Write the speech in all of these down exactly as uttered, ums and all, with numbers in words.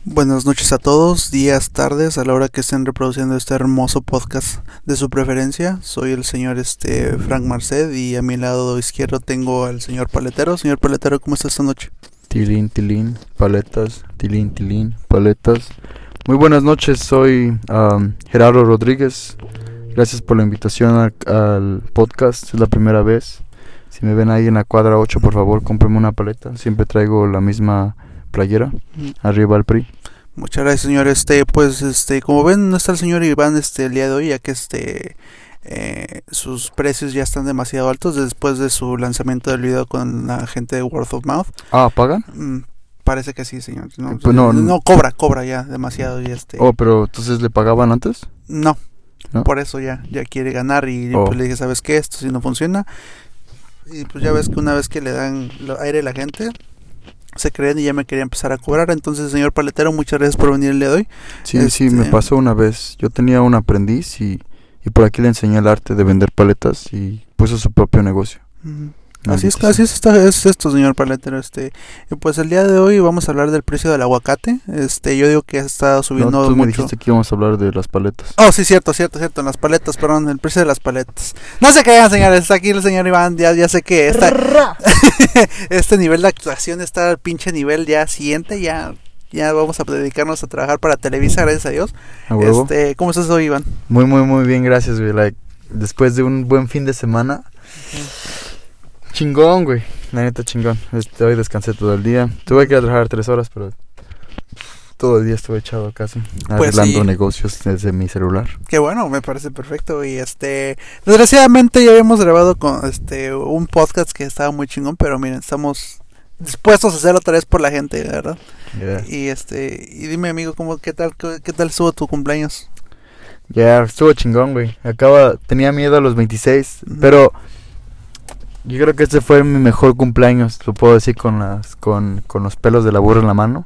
Buenas noches a todos, días, tardes, a la hora que estén reproduciendo este hermoso podcast de su preferencia. Soy el señor este Frank Marced y a mi lado izquierdo tengo al señor Paletero. Señor Paletero, ¿cómo está esta noche? Tilín, tilín, paletas, tilín, tilín, paletas. Muy buenas noches, soy um, Gerardo Rodríguez. Gracias por la invitación a, al podcast, es la primera vez. Si me ven ahí en la cuadra ocho, por favor, cómprenme una paleta. Siempre traigo la misma playera, arriba el P R I. Muchas gracias, señor. Este, pues, este, como ven, no está el señor Iván este el día de hoy, ya que este eh, sus precios ya están demasiado altos después de su lanzamiento del video con la gente de Word of Mouth. Ah, ¿pagan? Mm, parece que sí, señor. No, pues no, no, no cobra, cobra ya demasiado y este. Oh, pero entonces le pagaban antes? No. ¿No? Por eso ya, ya quiere ganar y Oh. pues le dije, ¿sabes qué? Esto si no funciona. Y pues ya ves que una vez que le dan lo- aire a la gente, se creen y ya me quería empezar a cobrar. Entonces, señor Paletero, muchas gracias por venir el día de hoy. Sí, Este- sí, me pasó una vez. Yo tenía un aprendiz y, y por aquí le enseñé el arte de vender paletas y puso su propio negocio. Ujú. Así es, Maldito así sea. es, esta- es esto, señor Paletero. Este, y pues el día de hoy vamos a hablar del precio del aguacate. Este, yo digo que ha estado No, subiendo tú me mucho. dijiste que íbamos a hablar de las paletas. Oh, sí, cierto, cierto, cierto, en las paletas, perdón, el precio de las paletas. No se crean, señores, aquí el señor Iván, ya, ya sé que esta, este nivel de actuación está al pinche nivel ya siguiente, ya, ya vamos a dedicarnos a trabajar para Televisa, gracias a Dios. ¿A huevo? Este, ¿cómo estás hoy, Iván? Muy, muy, muy bien, gracias, güey. Like, después de un buen fin de semana. Chingón, güey. La neta, chingón. Este, hoy descansé todo el día. Tuve que ir a trabajar tres horas, pero todo el día estuve echado casi. Pues Arreglando sí. negocios desde mi celular. Qué bueno, me parece perfecto y este, desgraciadamente ya habíamos grabado con este un podcast que estaba muy chingón, pero miren, estamos dispuestos a hacerlo otra vez por la gente, ¿verdad? Yeah. Y este, y dime, amigo, ¿cómo, qué tal, qué, qué tal estuvo tu cumpleaños? Ya, estuvo chingón, güey. Acaba, tenía miedo a los veintiséis, Ujú. pero yo creo que este fue mi mejor cumpleaños. Lo puedo decir con las, con, con los pelos de la burra en la mano.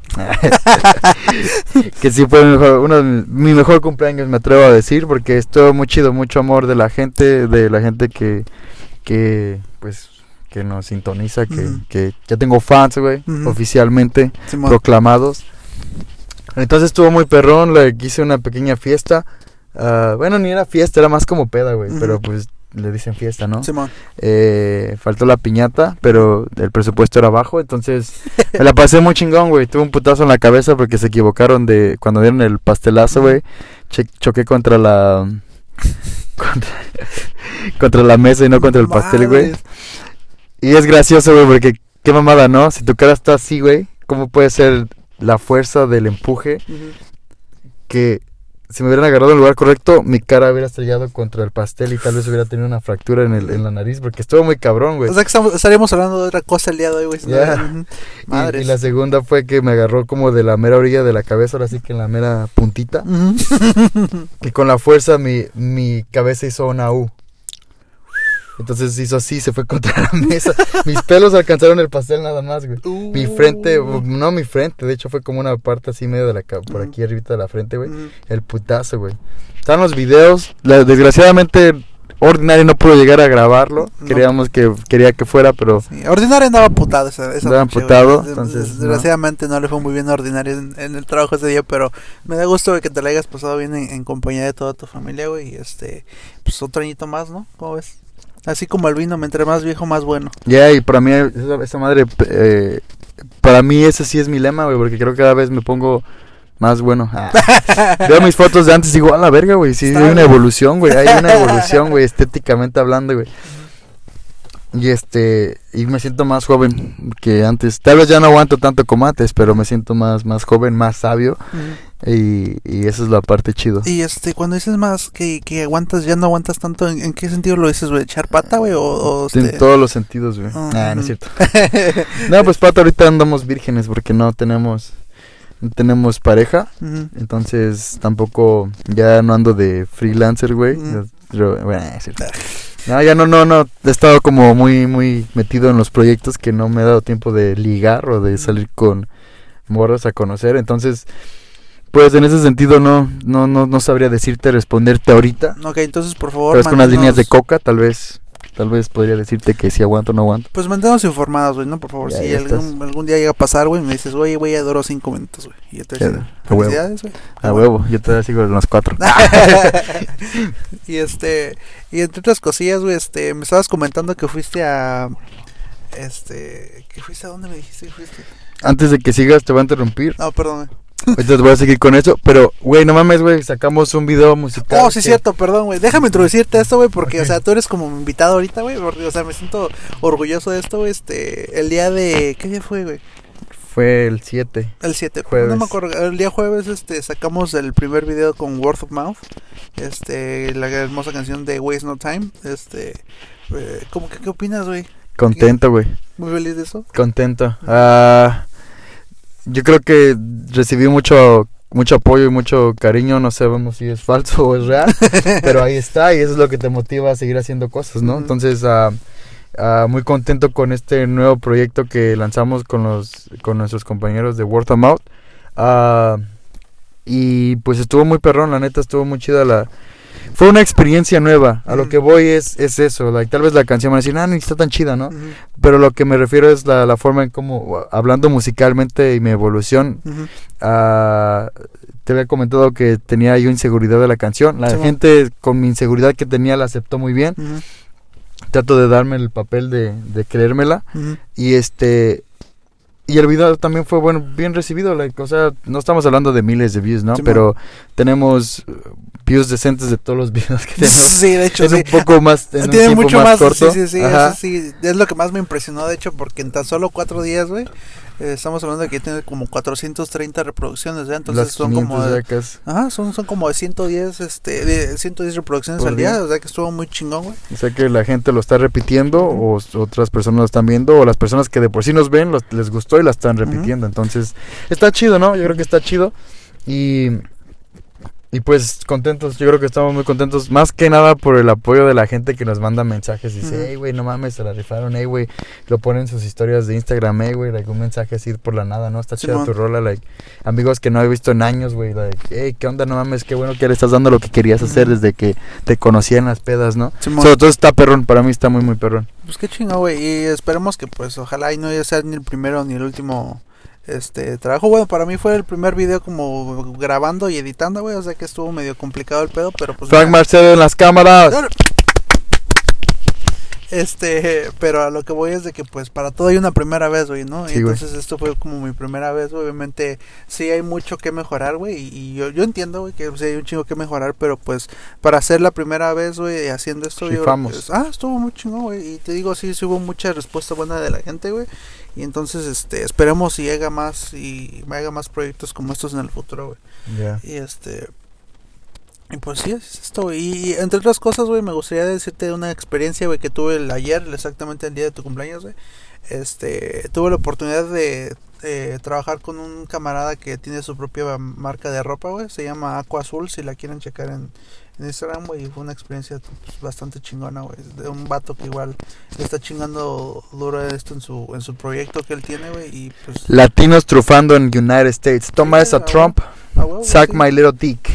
Que sí fue mi mejor, uno de mi, mi mejor cumpleaños, me atrevo a decir, porque estuvo muy chido, mucho amor de la gente, de la gente que, que, pues, que nos sintoniza, que, Ujú. que ya tengo fans, güey, Ujú. oficialmente Simón. proclamados. Entonces estuvo muy perrón, le hice una pequeña fiesta. Ah, bueno, ni era fiesta, era más como peda, güey, Ujú. pero pues le dicen fiesta, ¿no? Simón. Eh, faltó la piñata, pero el presupuesto era bajo, entonces me la pasé muy chingón, güey. Tuve un putazo en la cabeza porque se equivocaron de cuando dieron el pastelazo, güey. Che- choqué contra la contra, contra la mesa y no contra el pastel, güey. Madres. Y es gracioso, güey, porque qué mamada, ¿no? Si tu cara está así, güey, ¿cómo puede ser la fuerza del empuje Ujú. que si me hubieran agarrado en el lugar correcto, mi cara hubiera estrellado contra el pastel y tal vez hubiera tenido una fractura en, el, en la nariz? Porque estuvo muy cabrón, güey. O sea que estamos, estaríamos hablando de otra cosa el día de hoy, güey. Ya. Ujú. Y, Madres. y la segunda fue que me agarró como de la mera orilla de la cabeza, ahora sí que en la mera puntita. Ujú. Y con la fuerza mi, mi cabeza hizo una U. Entonces hizo así, se fue contra la mesa. Mis pelos alcanzaron el pastel nada más, güey. Uh. Mi frente, no mi frente, de hecho fue como una parte así medio de la ca- por aquí arribita de la frente, güey. Ujú. El putazo, güey. Están los videos. La- desgraciadamente, Ordinary no pudo llegar a grabarlo. No. Queríamos que quería que fuera, pero Sí, Ordinario andaba putado esa, esa Andaba noche, emputado, güey. entonces, Des- Desgraciadamente no. le fue muy bien a Ordinario en, en el trabajo ese día, pero me da gusto güey, que te la hayas pasado bien en, en compañía de toda tu familia, güey. Y este, pues otro añito más, ¿no? ¿Cómo ves? Así como el vino, entre más viejo, más bueno. ya, y para mí, esa, esa madre, eh, para mí ese sí es mi lema, güey, porque creo que cada vez me pongo más bueno. Ah. Veo mis fotos de antes y digo, a la verga, güey, sí, Está hay una bien. evolución, güey, hay una evolución, güey, estéticamente hablando, güey. Y este, y me siento más joven que antes. Tal vez ya no aguanto tanto como antes, pero me siento más, más joven, más sabio. Y, y esa es la parte chido. Y este, cuando dices más que, que aguantas, ya no aguantas tanto, ¿en, en qué sentido lo dices, güey? ¿Echar pata, güey? O, o En este... todos los sentidos, güey. Ah, Nah, no es ujú. cierto. No, pues pato, ahorita andamos vírgenes porque no tenemos, no tenemos pareja. Ujú. Entonces tampoco, ya no ando de freelancer, güey. Mm. Pero, bueno, es cierto. No, ya no, no, no. He estado como muy, muy metido en los proyectos que no me he dado tiempo de ligar o de salir con morros a conocer. Entonces, pues en ese sentido no, no, no, no sabría decirte, responderte ahorita. Ok, entonces por favor, Pero es con unas mándanos- líneas de coca, tal vez tal vez podría decirte que si aguanto o no aguanto. Pues manténnos informados, güey, ¿no? Por favor, Ya, si ya algún, algún día llega a pasar, güey, me dices, oye, güey, adoro cinco minutos, güey. Y yo te Ya, digo, a huevo. felicidades, güey. A huevo, yo todavía sigo en los cuatro. Y este, y entre otras cosillas, güey, este, me estabas comentando que fuiste a, este, que fuiste a dónde me dijiste que fuiste. Antes de que sigas, te voy a interrumpir. No, perdón, güey. Ahorita te voy a seguir con eso, pero, güey, no mames, güey, sacamos un video musical. Oh, sí, que... cierto, perdón, güey. Déjame introducirte a esto, güey, porque, okay. O sea, tú eres como mi invitado ahorita, güey, porque, o sea, me siento orgulloso de esto, güey, este, el día de, ¿qué día fue, güey? Fue el siete. El siete, jueves. No me acuerdo, el día jueves, este, sacamos el primer video con Word of Mouth, este, la hermosa canción de Waste No Time, este, eh, ¿cómo que, qué opinas, güey? Contento, güey. Muy feliz de eso. Contento. Ah... Uh... Yo creo que recibí mucho mucho apoyo y mucho cariño, no sabemos si es falso o es real, pero ahí está y eso es lo que te motiva a seguir haciendo cosas, ¿no? Uh-huh. Entonces, uh, uh, muy contento con este nuevo proyecto que lanzamos con los con nuestros compañeros de Word of Mouth. Uh, y pues estuvo muy perrón, la neta estuvo muy chida la... Fue una experiencia nueva, a uh-huh. lo que voy es, es eso, like, tal vez la canción me va a decir, ah, ni está tan chida, ¿no? Uh-huh. Pero lo que me refiero es la, la forma en cómo, hablando musicalmente y mi evolución, uh-huh. uh, te había comentado que tenía yo inseguridad de la canción, la sí, gente man. Con mi inseguridad que tenía la aceptó muy bien, uh-huh. trato de darme el papel de, de creérmela, uh-huh. y este... Y el video también fue bueno, bien recibido, like, o sea, no estamos hablando de miles de views, ¿no? Sí, pero man. Tenemos views decentes de todos los videos que tenemos. Sí, de hecho, es sí. un poco más, en tiene un mucho más, más corto. Sí, sí, sí, eso sí, es lo que más me impresionó, de hecho, porque en tan solo cuatro días, güey, eh, estamos hablando de que tiene como cuatrocientas treinta reproducciones, ¿eh? Entonces las son como de, acas. Ajá, son, son como de ciento diez, este, de ciento diez reproducciones por al día, día, o sea que estuvo muy chingón, güey. O sea que la gente lo está repitiendo, uh-huh. o otras personas lo están viendo, o las personas que de por sí nos ven, los, les gustó y la están repitiendo, uh-huh. entonces está chido, ¿no? Yo creo que está chido, y... Y pues contentos, yo creo que estamos muy contentos, más que nada por el apoyo de la gente que nos manda mensajes y dice, hey, güey, no mames, se la rifaron, hey, güey, lo ponen en sus historias de Instagram, hey, güey, like, un mensaje así por la nada, ¿no? Está sí, chida man. Tu rola, like, amigos que no he visto en años, güey, like, hey, ¿qué onda? No mames, qué bueno que le estás dando lo que querías uh-huh. hacer desde que te conocí en las pedas, ¿no? Sí, sobre todo está perrón, para mí está muy, muy perrón. Pues qué chingo, güey, y esperemos que, pues, ojalá y no sea ni el primero ni el último... Este trabajo, bueno, para mí fue el primer video como grabando y editando, güey, o sea que estuvo medio complicado el pedo, pero pues... Frank Marcelo en las cámaras. Este, pero a lo que voy es de que pues para todo hay una primera vez, güey, ¿no? Sí, y entonces güey. Esto fue como mi primera vez, güey. Obviamente sí hay mucho que mejorar, güey, y, y yo, yo entiendo, güey, que sí hay un chingo que mejorar, pero pues para hacer la primera vez, güey, haciendo esto, yo creo que, ah, estuvo muy chingón, güey, y te digo, sí, sí hubo mucha respuesta buena de la gente, güey, y entonces, este, esperemos si haga más y me haga más proyectos como estos en el futuro, güey. Yeah. Y este... Y pues sí, es esto, güey. Y entre otras cosas, güey, me gustaría decirte una experiencia, güey, que tuve el ayer, exactamente el día de tu cumpleaños, güey. Este, tuve la oportunidad de eh, trabajar con un camarada que tiene su propia marca de ropa, güey. Se llama Aqua Azul, si la quieren checar en, en Instagram, güey. Y fue una experiencia pues, bastante chingona, güey. De un vato que igual le está chingando duro esto en su en su proyecto que él tiene, güey. Y pues... Latinos trufando en United States. Toma sí, esa, Trump. Ah, huevo, Suck sí. my little dick.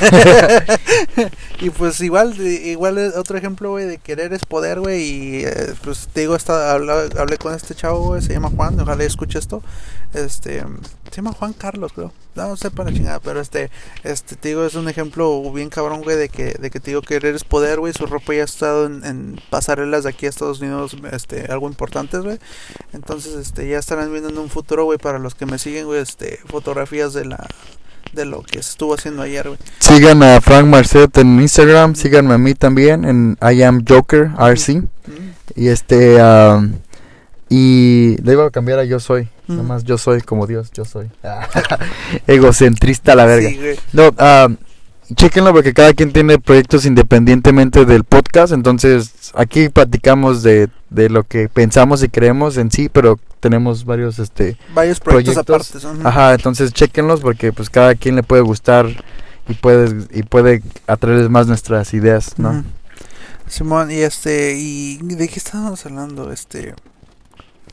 Y pues igual igual es otro ejemplo, güey, de querer es poder, güey. Y eh, pues te digo, hasta hablé, hablé con este chavo, güey, se llama Juan, ojalá escuche esto. Este, se llama Juan Carlos, creo. No, no sé para la chingada, pero este este te digo, es un ejemplo bien cabrón, güey, de que de que te digo, querer es poder, güey. Su ropa ya ha estado en, en pasarelas de aquí a Estados Unidos, este, algo importantes, güey. Entonces, este, ya estarán viendo en un futuro, güey, para los que me siguen, güey, este, fotografías de la de lo que se estuvo haciendo ayer, güey. Sigan a Frank Marcet en Instagram, síganme a mí también en I am Joker R C. Mm-hmm. Y este um, y le iba a cambiar a yo soy, mm-hmm. nada más yo soy como Dios, yo soy. Egocentrista la verga. Sí, no, um, chéquenlo porque cada quien tiene proyectos independientemente del podcast, entonces aquí platicamos de, de lo que pensamos y creemos en sí, pero tenemos varios este varios proyectos, proyectos. aparte. Uh-huh. Ajá, entonces chéquenlos porque pues cada quien le puede gustar y puede y puede atraerles más nuestras ideas, ¿no? Uh-huh. Simón, y este y ¿de qué estábamos hablando? Este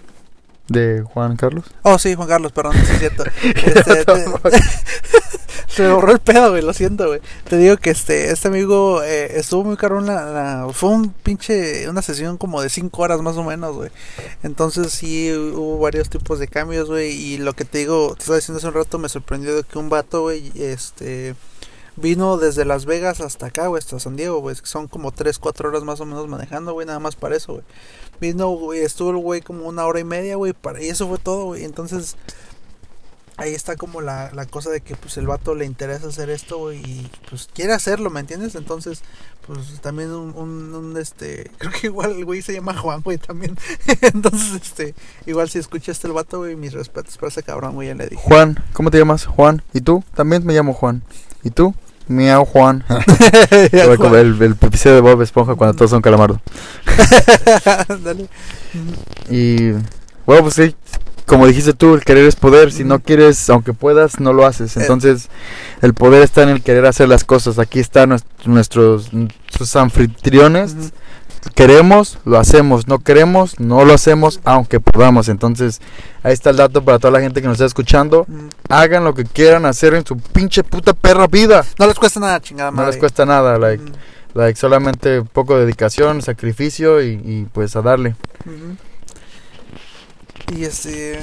¿De Juan Carlos? Oh, sí, Juan Carlos, perdón, sí es cierto. Este, te... Se me borró el pedo, güey, lo siento, güey. Te digo que este este amigo eh, estuvo muy caro, la, la, fue un pinche, una sesión como de cinco horas más o menos, güey. Entonces sí hubo varios tipos de cambios, güey. Y lo que te digo, te estaba diciendo hace un rato, me sorprendió de que un vato, güey, este... vino desde Las Vegas hasta acá, güey, hasta San Diego, güey. Son como tres, cuatro horas más o menos manejando, güey, nada más para eso, güey. Vino, güey, estuvo el güey como una hora y media, güey, para... y eso fue todo, güey. Entonces, ahí está como la, la cosa de que, pues, el vato le interesa hacer esto, güey, y, pues, quiere hacerlo, ¿me entiendes? Entonces, pues, también un, un, un este... creo que igual el güey se llama Juan, güey, también. Entonces, este... igual si escuchaste el vato, güey, mis respetos para ese cabrón, güey, ya le dije. Juan, ¿cómo te llamas? Juan. ¿Y tú? También me llamo Juan. ¿Y tú? Miau Juan. Como el, el episodio de Bob Esponja cuando todos son calamardo. Dale. Y bueno, pues sí, como dijiste tú, el querer es poder. Si no quieres, aunque puedas, no lo haces. Entonces el poder está en el querer hacer las cosas. Aquí están nuestros, nuestros, nuestros anfitriones. Uh-huh. Queremos, lo hacemos. No queremos, no lo hacemos, aunque podamos. Entonces ahí está el dato para toda la gente que nos está escuchando. Mm. Hagan lo que quieran hacer en su pinche puta perra vida. No les cuesta nada, chingada madre. No les cuesta nada, like, mm. like solamente poco de dedicación, sacrificio y, y pues a darle. Mm-hmm. Y este...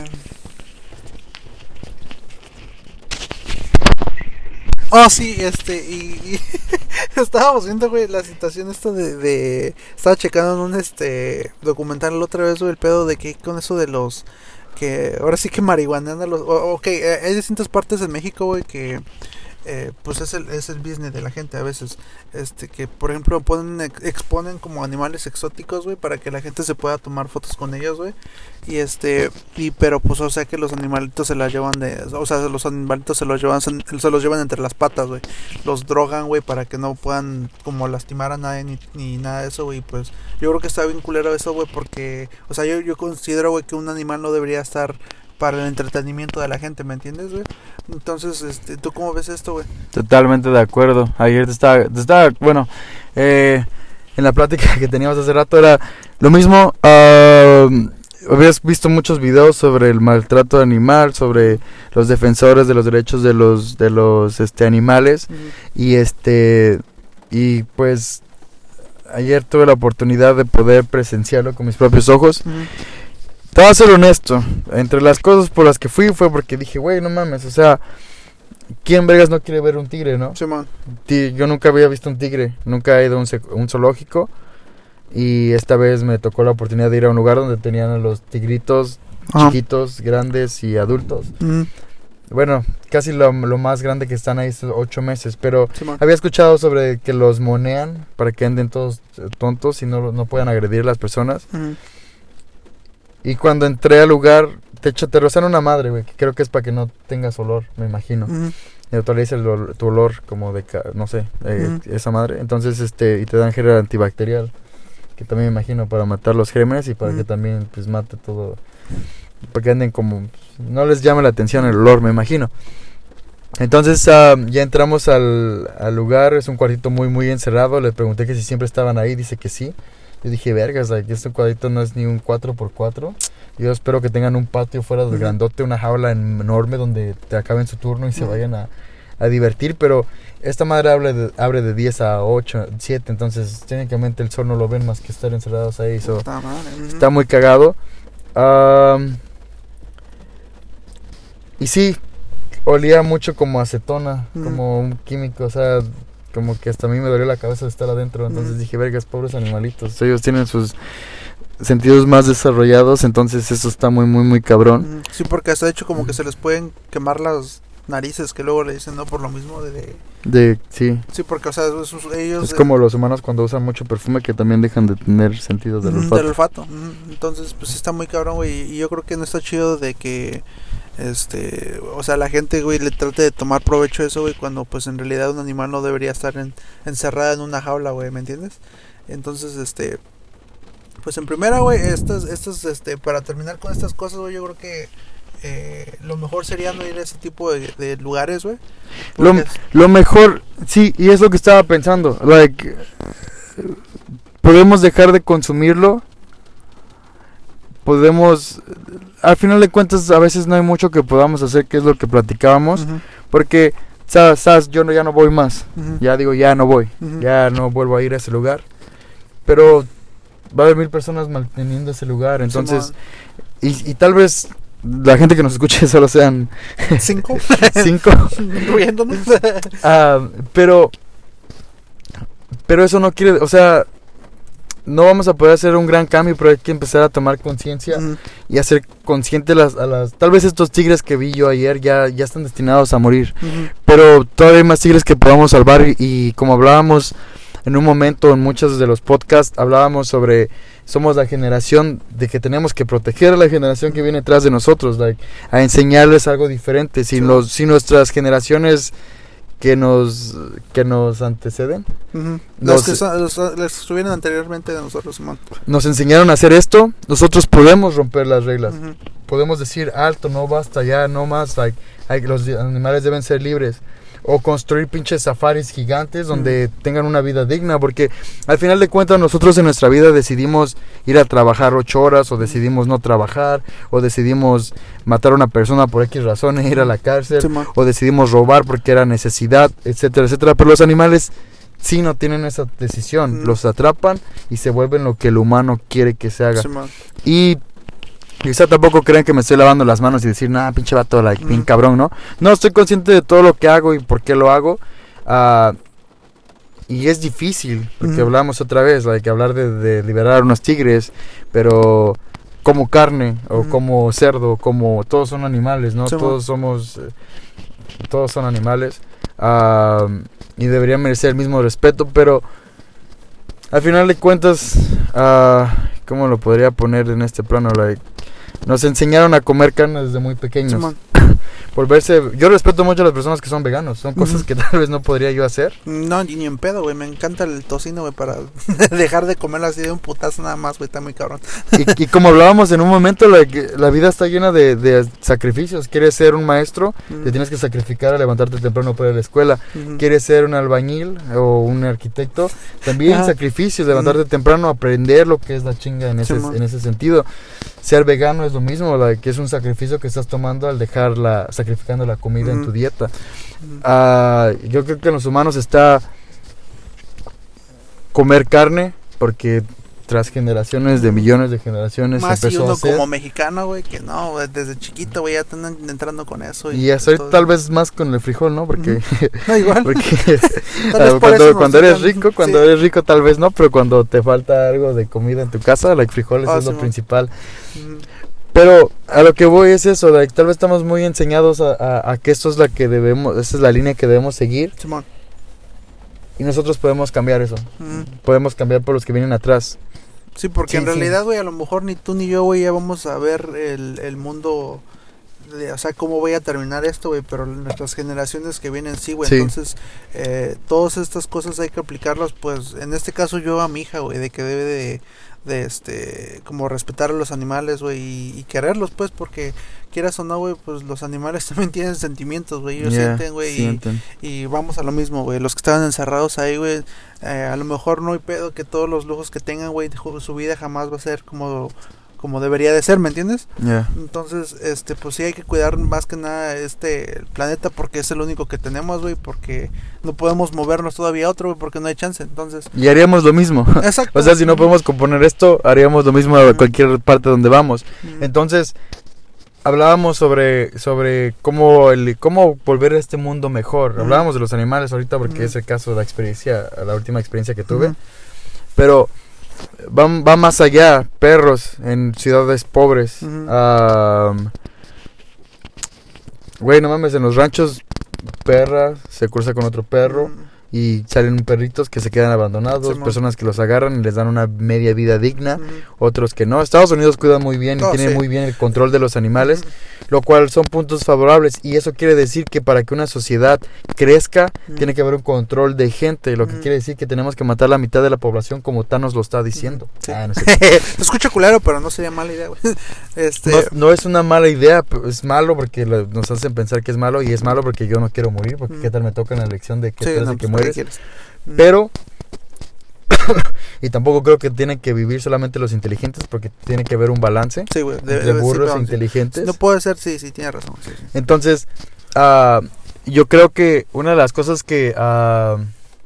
Oh, sí, este, y, y estábamos viendo, güey, la situación esta de, de... Estaba checando en un, este, documental la otra vez, güey, el pedo de que con eso de los... Que ahora sí que marihuanean a los... Oh, ok, eh, hay distintas partes en México, güey, que... Eh, pues es el, es el business de la gente a veces, este, que por ejemplo ponen, exponen como animales exóticos, güey, para que la gente se pueda tomar fotos con ellos, güey, y este, y pero pues o sea que los animalitos se las llevan de, o sea, los animalitos se los llevan, se, se los llevan entre las patas, güey, los drogan, güey, para que no puedan como lastimar a nadie ni, ni nada de eso, güey, pues yo creo que está bien culero eso, güey, porque, o sea, yo, yo considero, güey, que un animal no debería estar para el entretenimiento de la gente, ¿me entiendes, güey? Entonces, este, ¿tú cómo ves esto, güey? Totalmente de acuerdo. Ayer te estaba, te estaba bueno, eh, en la plática que teníamos hace rato era lo mismo. Uh, habías visto muchos videos sobre el maltrato animal, sobre los defensores de los derechos de los de los este animales. Uh-huh. Y este y pues ayer tuve la oportunidad de poder presenciarlo con mis propios ojos. Uh-huh. Te voy a ser honesto, entre las cosas por las que fui fue porque dije, güey, no mames, o sea, ¿quién vergas no quiere ver un tigre, no? Sí, man. Yo nunca había visto un tigre, nunca he ido a un, un zoológico y esta vez me tocó la oportunidad de ir a un lugar donde tenían a los tigritos ah. chiquitos, grandes y adultos. Mm. Bueno, casi lo, lo más grande que están ahí es ocho meses, pero sí, había escuchado sobre que los monean para que anden todos tontos y no, no puedan agredir a las personas. Mm. Y cuando entré al lugar, te, te rozan una madre, güey, que creo que es para que no tengas olor, me imagino. Uh-huh. Y neutraliza el olor, tu olor como de, no sé, eh, uh-huh. esa madre. Entonces, este, y te dan gel antibacterial, que también me imagino para matar los gérmenes y para uh-huh. que también, pues, mate todo. Para que anden como, no les llame la atención el olor, me imagino. Entonces, uh, ya entramos al, al lugar, es un cuartito muy, muy encerrado. Le pregunté que si siempre estaban ahí, dice que sí. Yo dije, vergas, like, este cuadrito no es ni un cuatro por cuatro. Yo espero que tengan un patio fuera del grandote, una jaula enorme donde te acaben su turno y se vayan a, a divertir. Pero esta madre abre de, abre de diez a ocho, siete, entonces técnicamente el sol no lo ven más que estar encerrados ahí. So, está, uh-huh. está muy cagado. Um, y sí, olía mucho como acetona, uh-huh. como un químico, o sea... Como que hasta a mí me dolió la cabeza de estar adentro. Entonces mm. dije, vergas, pobres animalitos. Ellos tienen sus sentidos más desarrollados. Entonces eso está muy, muy, muy cabrón. Sí, porque hasta de hecho como que se les pueden quemar las narices. Que luego le dicen, no, por lo mismo de... De, de sí. Sí, porque, o sea, esos, ellos... Es de, como los humanos cuando usan mucho perfume que también dejan de tener sentidos del olfato. Del olfato. Entonces, pues está muy cabrón, güey. Y yo creo que no está chido de que... Este, o sea, la gente, güey, le trate de tomar provecho de eso, güey, cuando pues en realidad un animal no debería estar en, encerrada en una jaula, güey, ¿me entiendes? Entonces, este, pues en primera, güey, estas, estas, este, para terminar con estas cosas, güey, yo creo que eh, lo mejor sería no ir a ese tipo de, de lugares, güey. Lo, lo mejor, sí, y es lo que estaba pensando, like, podemos dejar de consumirlo. Podemos, al final de cuentas, a veces no hay mucho que podamos hacer, que es lo que platicábamos, uh-huh. porque sabes, sabes, yo no, ya no voy más. Uh-huh. Ya digo, ya no voy. Uh-huh. Ya no vuelvo a ir a ese lugar. Pero va a haber mil personas manteniendo ese lugar. Entonces, sí, y, y tal vez la gente que nos escuche solo sean cinco. Cinco. Riéndonos. uh, pero, pero eso no quiere, o sea, no vamos a poder hacer un gran cambio, pero hay que empezar a tomar conciencia uh-huh. y hacer consciente las, a las, tal vez estos tigres que vi yo ayer ya, ya están destinados a morir, uh-huh. pero todavía hay más tigres que podamos salvar y, y como hablábamos en un momento en muchos de los podcasts, hablábamos sobre somos la generación de que tenemos que proteger a la generación que viene detrás de nosotros, like, a enseñarles algo diferente, si, sí. los, si nuestras generaciones que nos que nos anteceden, uh-huh. nos, los que son, los, los que estuvieron anteriormente de nosotros, man. Nos enseñaron a hacer esto, nosotros podemos romper las reglas, uh-huh. podemos decir alto, no basta ya, no más, like, like, los animales deben ser libres. O construir pinches safaris gigantes donde mm. tengan una vida digna, porque al final de cuentas nosotros en nuestra vida decidimos ir a trabajar ocho horas, o decidimos no trabajar, o decidimos matar a una persona por X razones, ir a la cárcel, sí, o decidimos robar porque era necesidad, etcétera, etcétera. Pero los animales sí no tienen esa decisión, mm. los atrapan y se vuelven lo que el humano quiere que se haga. Sí, y quizá tampoco crean que me estoy lavando las manos y decir, nah, pinche vato, like, mm. bien cabrón, ¿no? No, estoy consciente de todo lo que hago y por qué lo hago. Uh, y es difícil, porque mm. hablamos otra vez, like, hablar de, de liberar a unos tigres, pero como carne, o mm. como cerdo, como todos son animales, ¿no? Sí, todos somos, eh, todos son animales. Uh, y deberían merecer el mismo respeto, pero al final de cuentas, uh, ¿cómo lo podría poner en este plano? Like, nos enseñaron a comer carne desde muy pequeños. Sí, volverse, yo respeto mucho a las personas que son veganos, son cosas uh-huh. que tal vez no podría yo hacer. No, ni, ni en pedo, güey, me encanta el tocino, güey, para dejar de comerlo así de un putazo nada más, güey, está muy cabrón. Y, y como hablábamos en un momento, la, la vida está llena de, de sacrificios. Quieres ser un maestro, uh-huh. te tienes que sacrificar a levantarte temprano para ir a la escuela. Uh-huh. Quieres ser un albañil o un arquitecto, también uh-huh. sacrificios, levantarte uh-huh. temprano, aprender lo que es la chinga en ese, sí, en ese sentido. Ser vegano es lo mismo, la, que es un sacrificio que estás tomando al dejar la, sacrificando la comida uh-huh. en tu dieta. Uh, yo creo que en los humanos está comer carne, porque tras generaciones de millones de generaciones más se empezó y uno a hacer. Como mexicano, güey, que no, wey, desde chiquito, güey, ya están entrando con eso. Y, y hasta tal vez más con el frijol, ¿no? Porque, uh-huh. no, igual. Porque uh, cuando, cuando eres rico, cuando sí. eres rico tal vez no, pero cuando te falta algo de comida en tu casa, like frijoles oh, es sí, lo man. principal. Uh-huh. Pero a lo que voy es eso, like, tal vez estamos muy enseñados a, a, a que esto es la que debemos, esta es la línea que debemos seguir. Sí, man. Y nosotros podemos cambiar eso. Uh-huh. Podemos cambiar por los que vienen atrás. Sí, porque sí, en realidad, güey, sí. a lo mejor ni tú ni yo, güey, ya vamos a ver el, el mundo, de, o sea, cómo voy a terminar esto, güey, pero nuestras generaciones que vienen sí, güey, sí. Entonces, eh, todas estas cosas hay que aplicarlas, pues, en este caso yo a mi hija, güey, de que debe de, de este, como respetar a los animales, güey, y, y quererlos, pues, porque quieras o no, güey, pues los animales también tienen sentimientos, güey, ellos yeah, sienten, güey, y, y vamos a lo mismo, güey, los que estaban encerrados ahí, güey, eh, a lo mejor no hay pedo que todos los lujos que tengan, güey, su vida jamás va a ser como como debería de ser, ¿me entiendes? Yeah. Entonces, este, pues sí hay que cuidar más que nada este el planeta porque es el único que tenemos, güey, porque no podemos movernos todavía a otro, güey, porque no hay chance, entonces. Y haríamos lo mismo. Exacto. O sea, si no podemos componer esto, haríamos lo mismo a cualquier parte donde vamos. Mm. Entonces, hablábamos sobre sobre cómo el cómo volver a este mundo mejor. Mm. Hablábamos de los animales ahorita porque mm. es el caso de la experiencia, la última experiencia que tuve. Mm. Pero Va, va más allá, perros en ciudades pobres. Uh-huh. Güey, um, no mames, en los ranchos, perra se cruza con otro perro. Uh-huh. Y salen perritos que se quedan abandonados, sí, personas que los agarran y les dan una media vida digna, uh-huh. otros que no. Estados Unidos cuida muy bien y oh, tiene sí. muy bien el control de los animales, uh-huh. lo cual son puntos favorables. Y eso quiere decir que para que una sociedad crezca, uh-huh. tiene que haber un control de gente, lo que uh-huh. quiere decir que tenemos que matar la mitad de la población como Thanos lo está diciendo. Uh-huh. Sí. Ah, no sé. Escucha culero, pero no sería mala idea, güey. Este... No, no es una mala idea, es malo porque lo, nos hacen pensar que es malo, y es malo porque yo no quiero morir, porque uh-huh. qué tal me toca en la elección de que, sí, no, que mueres. Pero y tampoco creo que tienen que vivir solamente los inteligentes, porque tiene que haber un balance, sí, güey, de, entre burros sí, e inteligentes. No puede ser, sí, sí, tiene razón. Sí, sí. Entonces, uh, yo creo que una de las cosas que uh,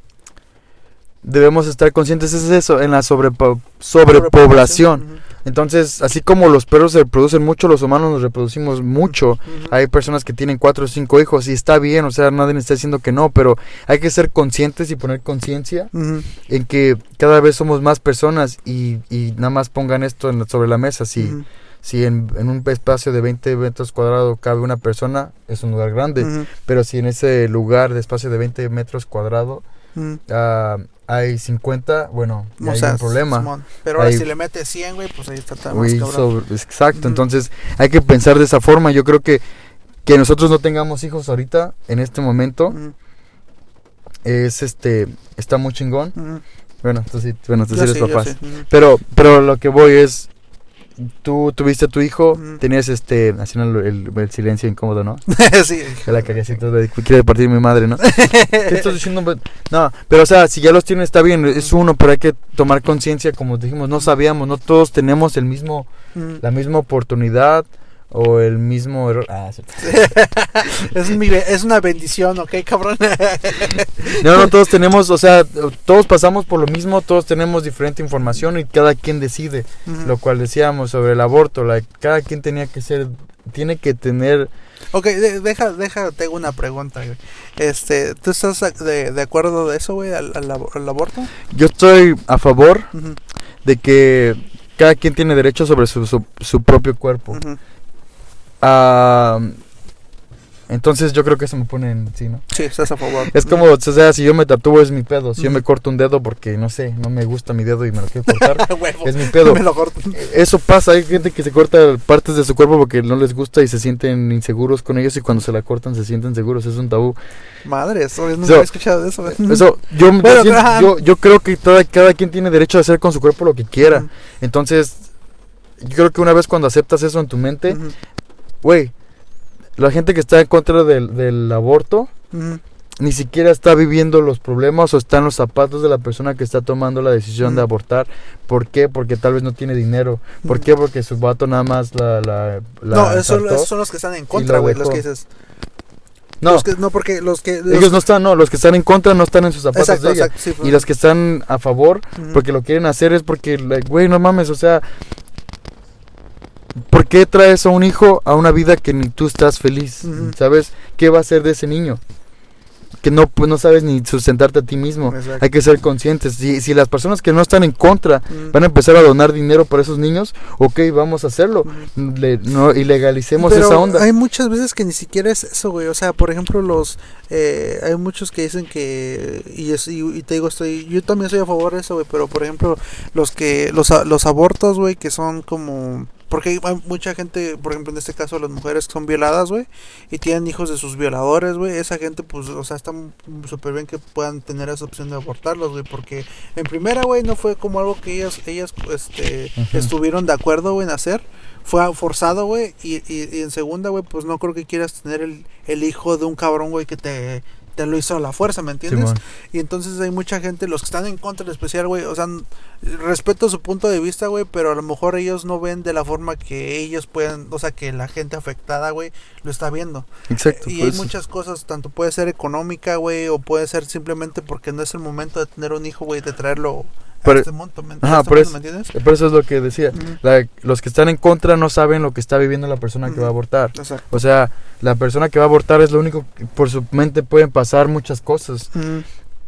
debemos estar conscientes es eso, en la sobrepo- sobrepoblación. Uh-huh. Entonces, así como los perros se reproducen mucho, los humanos nos reproducimos mucho. Uh-huh. Hay personas que tienen cuatro o cinco hijos y está bien, o sea, nadie está diciendo que no, pero hay que ser conscientes y poner conciencia uh-huh. en que cada vez somos más personas y, y nada más pongan esto en, sobre la mesa. Si, uh-huh. si en, en un espacio de veinte metros cuadrados cabe una persona, es un lugar grande, uh-huh. pero si en ese lugar de espacio de veinte metros cuadrados uh-huh. uh, hay cincuenta, bueno, o hay sea, un problema. Simón. Pero ahora hay, si le metes cien, güey, pues ahí está tan más cabrón. Sobre, exacto, uh-huh. Entonces hay que pensar de esa forma. Yo creo que que nosotros no tengamos hijos ahorita, en este momento, uh-huh. es este, está muy chingón. Uh-huh. Bueno, tú sí, bueno, tú sí eres papás. Sí, uh-huh. Pero, pero lo que voy es, tú tuviste a tu hijo, uh-huh. tenías este, haciendo el, el silencio incómodo, ¿no? Sí. Que la caguecita de quiere partir mi madre, ¿no? ¿Qué estás diciendo? No, pero o sea, si ya los tienen está bien, es uno, pero hay que tomar conciencia, como dijimos, no sabíamos, no todos tenemos el mismo, uh-huh. la misma oportunidad o el mismo error. Ah, cierto. es, mi, es una bendición, ¿ok, cabrón? No, no, todos tenemos, o sea, todos pasamos por lo mismo, todos tenemos diferente información y cada quien decide, uh-huh. lo cual decíamos sobre el aborto, la, cada quien tenía que ser, tiene que tener... Ok, de, deja, deja, tengo una pregunta, güey. Este, ¿tú estás de, de acuerdo de eso, güey, al, al, al aborto? Yo estoy a favor uh-huh. de que cada quien tiene derecho sobre su, su, su propio cuerpo. Uh-huh. Uh, entonces yo creo que eso me pone en sí, ¿no? Sí, estás a favor. Es como, o sea, si yo me tatúo es mi pedo. Si mm. yo me corto un dedo porque, no sé, no me gusta mi dedo y me lo quiero cortar, es mi pedo. Me lo corto. Eso pasa, hay gente que se corta partes de su cuerpo porque no les gusta y se sienten inseguros con ellos y cuando se la cortan se sienten seguros, es un tabú. Madre, eso, nunca so, he escuchado de eso. Eso, yo, bueno, yo, yo, yo creo que toda, cada quien tiene derecho a hacer con su cuerpo lo que quiera. Mm. Entonces, yo creo que una vez cuando aceptas eso en tu mente... Mm-hmm. Güey, la gente que está en contra del, del aborto uh-huh. ni siquiera está viviendo los problemas o está en los zapatos de la persona que está tomando la decisión uh-huh. de abortar. ¿Por qué? Porque tal vez no tiene dinero. ¿Por uh-huh. qué? Porque su vato nada más la... la, la no, esos, esos son los que están en contra, güey, los que dices... No, los que, no porque los que... Los ellos no están, no, los que están en contra no están en sus zapatos exacto, de ella. Exacto, sí, pues. Y los que están a favor, uh-huh. porque lo quieren hacer es porque, güey, no mames, o sea... ¿Por qué traes a un hijo a una vida que ni tú estás feliz? Uh-huh. ¿Sabes? ¿Qué va a ser de ese niño? Que no, pues, no sabes ni sustentarte a ti mismo. Exacto. Hay que ser conscientes. Si, si las personas que no están en contra uh-huh. van a empezar a donar dinero para esos niños, ok, vamos a hacerlo. Uh-huh. Le, no, y legalicemos pero esa onda. Hay muchas veces que ni siquiera es eso, güey. O sea, por ejemplo, los eh, hay muchos que dicen que y, es, y, y te digo, estoy yo también estoy a favor de eso, güey. Pero por ejemplo, los que los, los abortos, güey, que son como... Porque hay mucha gente, por ejemplo, en este caso las mujeres que son violadas, güey, y tienen hijos de sus violadores, güey, esa gente, pues, o sea, está súper bien que puedan tener esa opción de abortarlos, güey, porque en primera, güey, no fue como algo que ellas, ellas, este, uh-huh. estuvieron de acuerdo, güey, en hacer, fue forzado, güey, y, y, y en segunda, güey, pues no creo que quieras tener el, el hijo de un cabrón, güey, que te... te lo hizo a la fuerza, ¿me entiendes? Sí, y entonces hay mucha gente, los que están en contra en especial, güey, o sea, respeto su punto de vista, güey, pero a lo mejor ellos no ven de la forma que ellos pueden, o sea, que la gente afectada, güey, lo está viendo. Exacto. Y pues hay muchas cosas, tanto puede ser económica, güey, o puede ser simplemente porque no es el momento de tener un hijo, güey, de traerlo... Pero, este monto, ¿me, ajá, este por, monto, eso, ¿me entiendes? por eso es lo que decía. Uh-huh. La, los que están en contra no saben lo que está viviendo la persona uh-huh. que va a abortar. Exacto. O sea, la persona que va a abortar es lo único que por su mente pueden pasar muchas cosas. Uh-huh.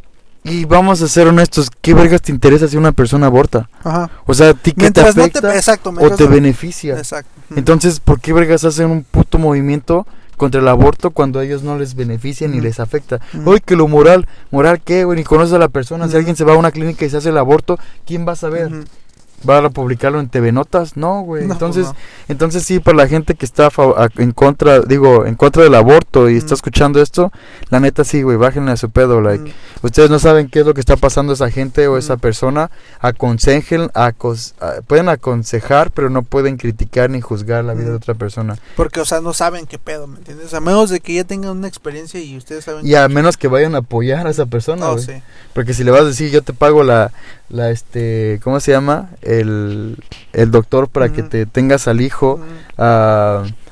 Y vamos a ser honestos, ¿qué vergas te interesa si una persona aborta? Ajá. O sea, ¿a ti qué te afecta no te, exacto, o te no, beneficia? Exacto. Uh-huh. Entonces, ¿por qué vergas hacen un puto movimiento contra el aborto cuando a ellos no les beneficia uh-huh. ni les afecta? Uh-huh. Uy, que lo moral, ¿moral qué, güey? Ni conoces a la persona. Uh-huh. Si alguien se va a una clínica y se hace el aborto, ¿quién va a saber? Uh-huh. ¿Va a publicarlo en T V Notas? No, güey. No, entonces, no. entonces sí, para la gente que está a, a, en contra, digo, en contra del aborto y mm. está escuchando esto, la neta sí, güey, bájenle a su pedo, like. Mm. Ustedes no saben qué es lo que está pasando a esa gente o mm. esa persona, aconsejen, acos, a, pueden aconsejar, pero no pueden criticar ni juzgar la vida mm. de otra persona. Porque, o sea, no saben qué pedo, ¿me entiendes? A menos de que ya tengan una experiencia y ustedes saben. Y a menos que vayan a apoyar a esa persona, oh, güey. Sí. Porque si le vas a decir, yo te pago la, la este, ¿cómo se llama? El, el doctor para uh-huh. que te tengas al hijo, uh-huh. uh,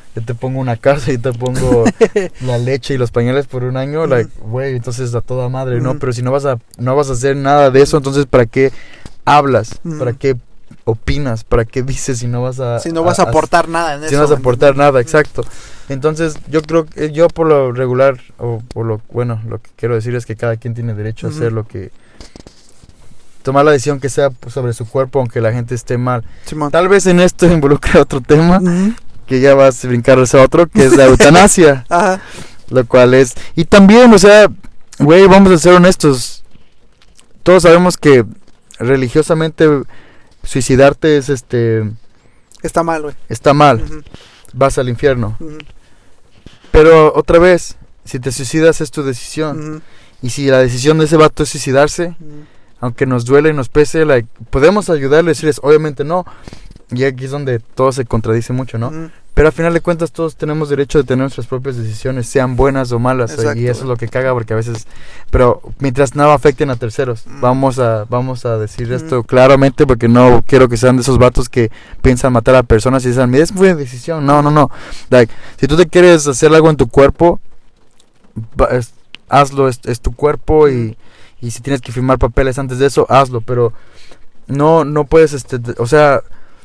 yo te pongo una casa y te pongo la leche y los pañales por un año, mm. like, güey, entonces a toda madre, mm. ¿no? Pero si no vas a no vas a hacer nada de eso, entonces ¿para qué hablas? Mm. ¿Para qué opinas? ¿Para qué dices si no vas a si no vas a, a aportar a, nada en si eso? Si no vas a aportar mm. nada, exacto. Entonces, yo creo que yo por lo regular o por lo bueno, lo que quiero decir es que cada quien tiene derecho mm. a hacer lo que tomar la decisión que sea sobre su cuerpo, aunque la gente esté mal. Simón. Tal vez en esto involucra otro tema, uh-huh. que ya vas a brincar a otro, que es la eutanasia. Ajá. Lo cual es... Y también, o sea, güey, vamos a ser honestos. Todos sabemos que religiosamente suicidarte es este... Está mal, güey. Está mal. Uh-huh. Vas al infierno. Uh-huh. Pero otra vez, si te suicidas es tu decisión. Uh-huh. Y si la decisión de ese vato es suicidarse... Uh-huh. Aunque nos duele y nos pese, like, podemos ayudarle y decirles, obviamente no. Y aquí es donde todo se contradice mucho, ¿no? Mm. Pero al final de cuentas todos tenemos derecho de tener nuestras propias decisiones, sean buenas o malas. Exacto, y eso güey. Es lo que caga porque a veces... Pero mientras no afecten a terceros, mm. vamos a vamos a decir mm. esto claramente porque no quiero que sean de esos vatos que piensan matar a personas y dicen, es buena decisión. No, no, no. Like, si tú te quieres hacer algo en tu cuerpo, es, hazlo, es, es tu cuerpo mm. y... Y si tienes que firmar papeles antes de eso, hazlo, pero no no puedes, este, o sea,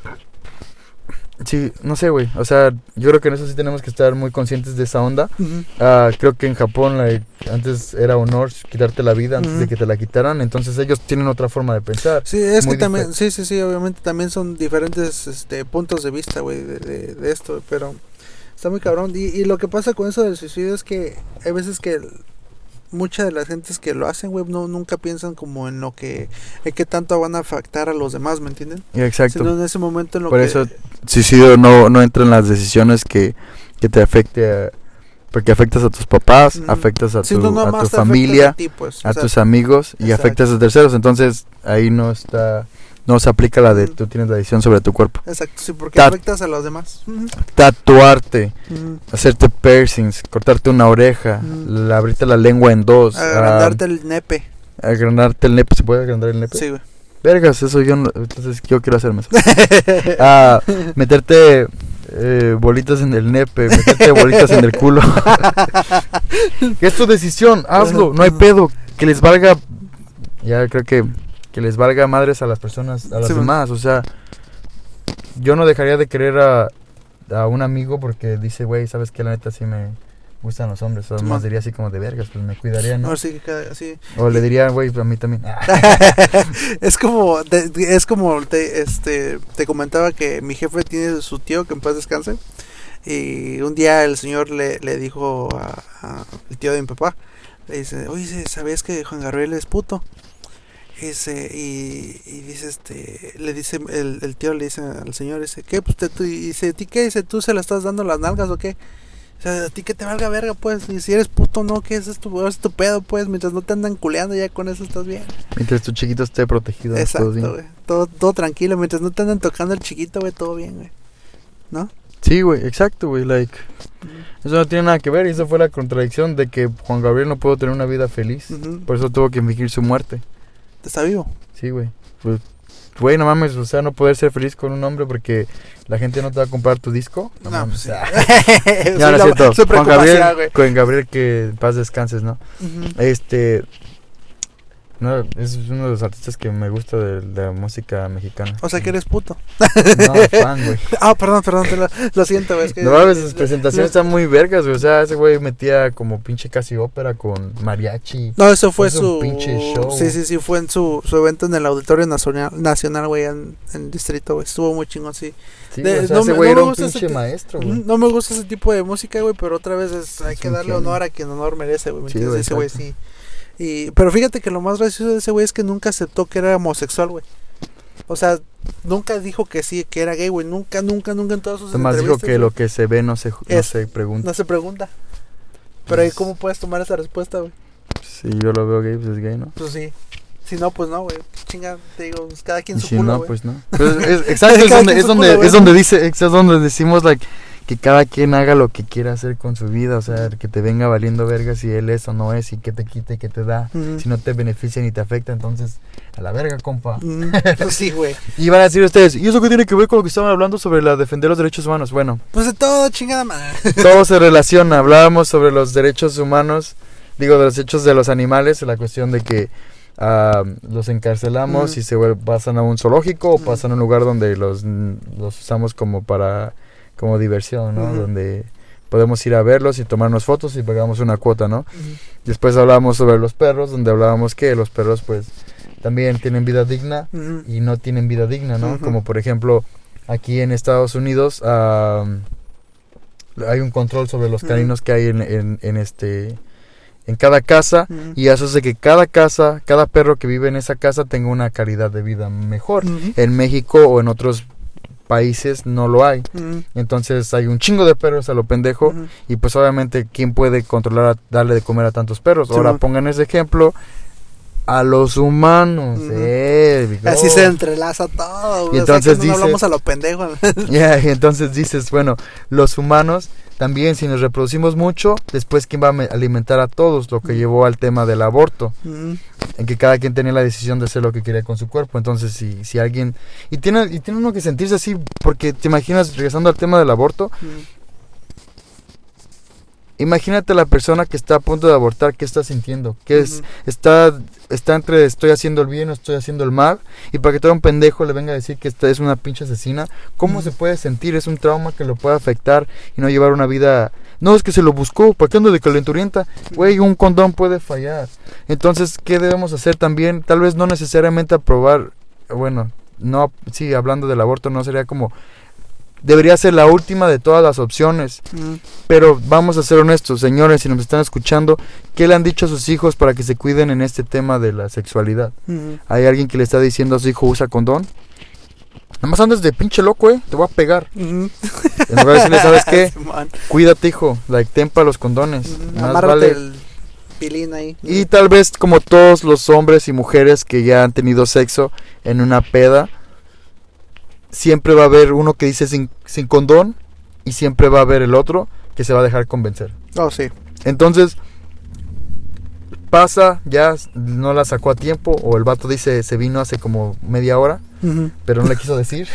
sí, no sé, güey, o sea, yo creo que en eso sí tenemos que estar muy conscientes de esa onda. Uh-huh. Uh, creo que en Japón, like, antes era honor quitarte la vida antes uh-huh. de que te la quitaran, entonces ellos tienen otra forma de pensar. Sí, es que también, difer- sí, sí, sí, obviamente también son diferentes, este, puntos de vista, güey, de, de, de esto, pero está muy cabrón. Y, y lo que pasa con eso del suicidio es que hay veces que... Muchas de las gentes que lo hacen, güey, no, nunca piensan como en lo que, en qué tanto van a afectar a los demás, ¿me entienden? Exacto. Sino en ese momento en lo Por que... eso, suicidio no, no entra en las decisiones que, que te afecte a, porque afectas a tus papás, mm. afectas a tu, sí, no, no, a tu familia, a, ti, pues, a sea, tus amigos y exacto. afectas a terceros, entonces ahí no está... No se aplica la de mm. tú tienes la decisión sobre tu cuerpo. Exacto, sí, porque Ta- afectas a los demás. Mm. Tatuarte, mm. hacerte piercings, cortarte una oreja, mm. la, abrirte la lengua en dos. Agrandarte uh, el nepe. Agrandarte el nepe, ¿se puede agrandar el nepe? Sí, güey. Vergas, eso yo no, entonces yo quiero hacerme eso. uh, meterte eh, bolitas en el nepe, meterte bolitas en el culo. Que es tu decisión, hazlo, no hay pedo, que les valga. Ya creo que que les valga madres a las personas, a las sí, demás, o sea, yo no dejaría de querer a, a un amigo porque dice, güey, ¿sabes qué? La neta sí me gustan los hombres, o más diría así como de vergas, pues me cuidaría, ¿no? No, sí, sí. O le diría, güey, a mí también. Es como, te, es como, te, este, te comentaba que mi jefe tiene su tío, que en paz descanse, y un día el señor le, le dijo a, a el tío de mi papá, le dice, oye, ¿sabías que Juan Gabriel es puto? Dice, y, y dice este le dice el, el tío le dice al señor, dice, ¿qué? Pues te, tú, y dice, ¿a ti qué? Dice, ¿tú se la estás dando las nalgas o qué? O sea, ¿a ti que te valga verga, pues? Y si eres puto, no, ¿qué es esto? Es tu pedo, pues, mientras no te andan culeando, ya con eso estás bien. Mientras tu chiquito esté protegido. Exacto, güey, todo, todo tranquilo, mientras no te andan tocando el chiquito, güey, todo bien, güey, ¿no? Sí, güey, exacto, güey, like, uh-huh. eso no tiene nada que ver, y eso fue la contradicción de que Juan Gabriel no pudo tener una vida feliz, uh-huh. por eso tuvo que fingir su muerte. ¿Está vivo? Sí, güey. Pues, güey, no mames, o sea, no poder ser feliz con un hombre porque la gente no te va a comprar tu disco. No, no mames. Pues sí. No, no es cierto. Juan Gabriel, Juan Gabriel, que paz descanses, ¿no? Uh-huh. Este... No, es uno de los artistas que me gusta de, de la música mexicana. O sea, que eres puto. No, fan, güey. Ah, perdón, perdón, te lo, lo siento, güey. Es que no mames, sus presentaciones están muy vergas, güey. O sea, ese güey metía como pinche casi ópera con mariachi. No, eso fue su... un pinche show. Sí, sí, sí, fue en su, su evento en el Auditorio Nacional, nacional güey, en, en Distrito, güey. Estuvo muy chingón, sí. Sí, de, o sea, no, ese güey no era un pinche maestro, güey. No me gusta ese tipo de música, güey, pero otra vez es, hay es que darle honor a quien honor merece, güey. Sí, güey, ese güey sí. Y, pero fíjate que lo más gracioso de ese güey es que nunca aceptó que era homosexual, güey. O sea, nunca dijo que sí, que era gay, güey. Nunca, nunca, nunca en todas sus Además entrevistas. Además dijo que güey, lo que se ve no se, no es, se pregunta. No se pregunta. Pero ahí, ¿cómo puedes tomar esa respuesta, güey? Si yo lo veo gay, pues es gay, ¿no? Pues sí. Si no, pues no, güey. Chinga, te digo, pues cada quien su si culo, no, güey. pues no. Pues es, exacto, es donde, es, donde, es donde dice, es donde decimos, like, que cada quien haga lo que quiera hacer con su vida, o sea, que te venga valiendo verga si él es o no es, y que te quite, que te da, uh-huh. si no te beneficia ni te afecta, entonces, a la verga, compa. Uh-huh. Sí, güey. Y van a decir ustedes, ¿y eso qué tiene que ver con lo que estaban hablando sobre la defender los derechos humanos? Bueno. Pues de todo, chingada madre. Todo se relaciona, hablábamos sobre los derechos humanos, digo, de los derechos de los animales, la cuestión de que uh, los encarcelamos uh-huh. y se vuelven, pasan a un zoológico uh-huh. o pasan a un lugar donde los, los usamos como para... como diversión, ¿no? Uh-huh. Donde podemos ir a verlos y tomarnos fotos y pagamos una cuota, ¿no? Uh-huh. Después hablábamos sobre los perros, donde hablábamos que los perros, pues, también tienen vida digna uh-huh. y no tienen vida digna, ¿no? Uh-huh. Como, por ejemplo, aquí en Estados Unidos uh, hay un control sobre los caninos uh-huh. que hay en, en, en este... en cada casa, uh-huh. y eso hace que cada casa, cada perro que vive en esa casa tenga una calidad de vida mejor. Uh-huh. En México o en otros países no lo hay. Uh-huh. Entonces hay un chingo de perros a lo pendejo, uh-huh. y pues obviamente ¿quién puede controlar a darle de comer a tantos perros? Sí, Ahora man. pongan ese ejemplo a los humanos. Uh-huh. eh, Así se entrelaza todo. Y entonces o sea, que no dices, hablamos a lo pendejo. Yeah, y entonces dices, bueno, los humanos también, si nos reproducimos mucho, después ¿quién va a alimentar a todos? Lo que uh-huh. llevó al tema del aborto, uh-huh. en que cada quien tenía la decisión de hacer lo que quería con su cuerpo. Entonces si, si alguien, y tiene, y tiene uno que sentirse así, porque te imaginas, regresando al tema del aborto, uh-huh. imagínate la persona que está a punto de abortar, ¿qué está sintiendo? ¿Qué es? Uh-huh. Está, está entre estoy haciendo el bien o estoy haciendo el mal, y para que todo un pendejo le venga a decir que esta es una pinche asesina, ¿cómo uh-huh. se puede sentir? Es un trauma que lo puede afectar y no llevar una vida... No, es que se lo buscó, ¿para qué ando de calenturienta? Güey, un condón puede fallar. Entonces, ¿qué debemos hacer también? Tal vez no necesariamente aprobar, bueno, no, sí, hablando del aborto, no sería como... Debería ser la última de todas las opciones. Mm. Pero vamos a ser honestos, señores, si nos están escuchando, ¿qué le han dicho a sus hijos para que se cuiden en este tema de la sexualidad? Mm. ¿Hay alguien que le está diciendo a su hijo usa condón? Nada más andas de pinche loco, eh, te voy a pegar. Mm. En lugar de decirle, ¿sabes qué? Cuídate, hijo, like, ten para los condones. Mm. Más vale el pilín ahí. Y tal vez como todos los hombres y mujeres que ya han tenido sexo en una peda, siempre va a haber uno que dice sin, sin condón, y siempre va a haber el otro que se va a dejar convencer. Oh, sí. Entonces, pasa, ya no la sacó a tiempo, o el vato dice se vino hace como media hora, uh-huh. pero no le quiso decir.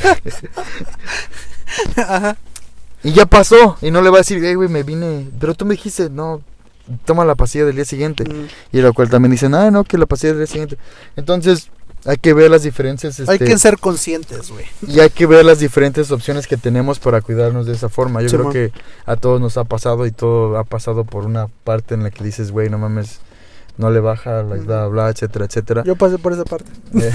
Ajá. Y ya pasó, y no le va a decir, hey, güey, me vine, pero tú me dijiste, no, toma la pastilla del día siguiente. Uh-huh. Y lo cual también dicen, ah, no, que la pastilla del día siguiente. Entonces... hay que ver las diferencias. Este, hay que ser conscientes, güey. Y hay que ver las diferentes opciones que tenemos para cuidarnos de esa forma. Yo sí, creo man. que a todos nos ha pasado, y todo ha pasado por una parte en la que dices, güey, no mames, no le baja, like, bla, bla, etcétera, etcétera. Yo pasé por esa parte. Eh.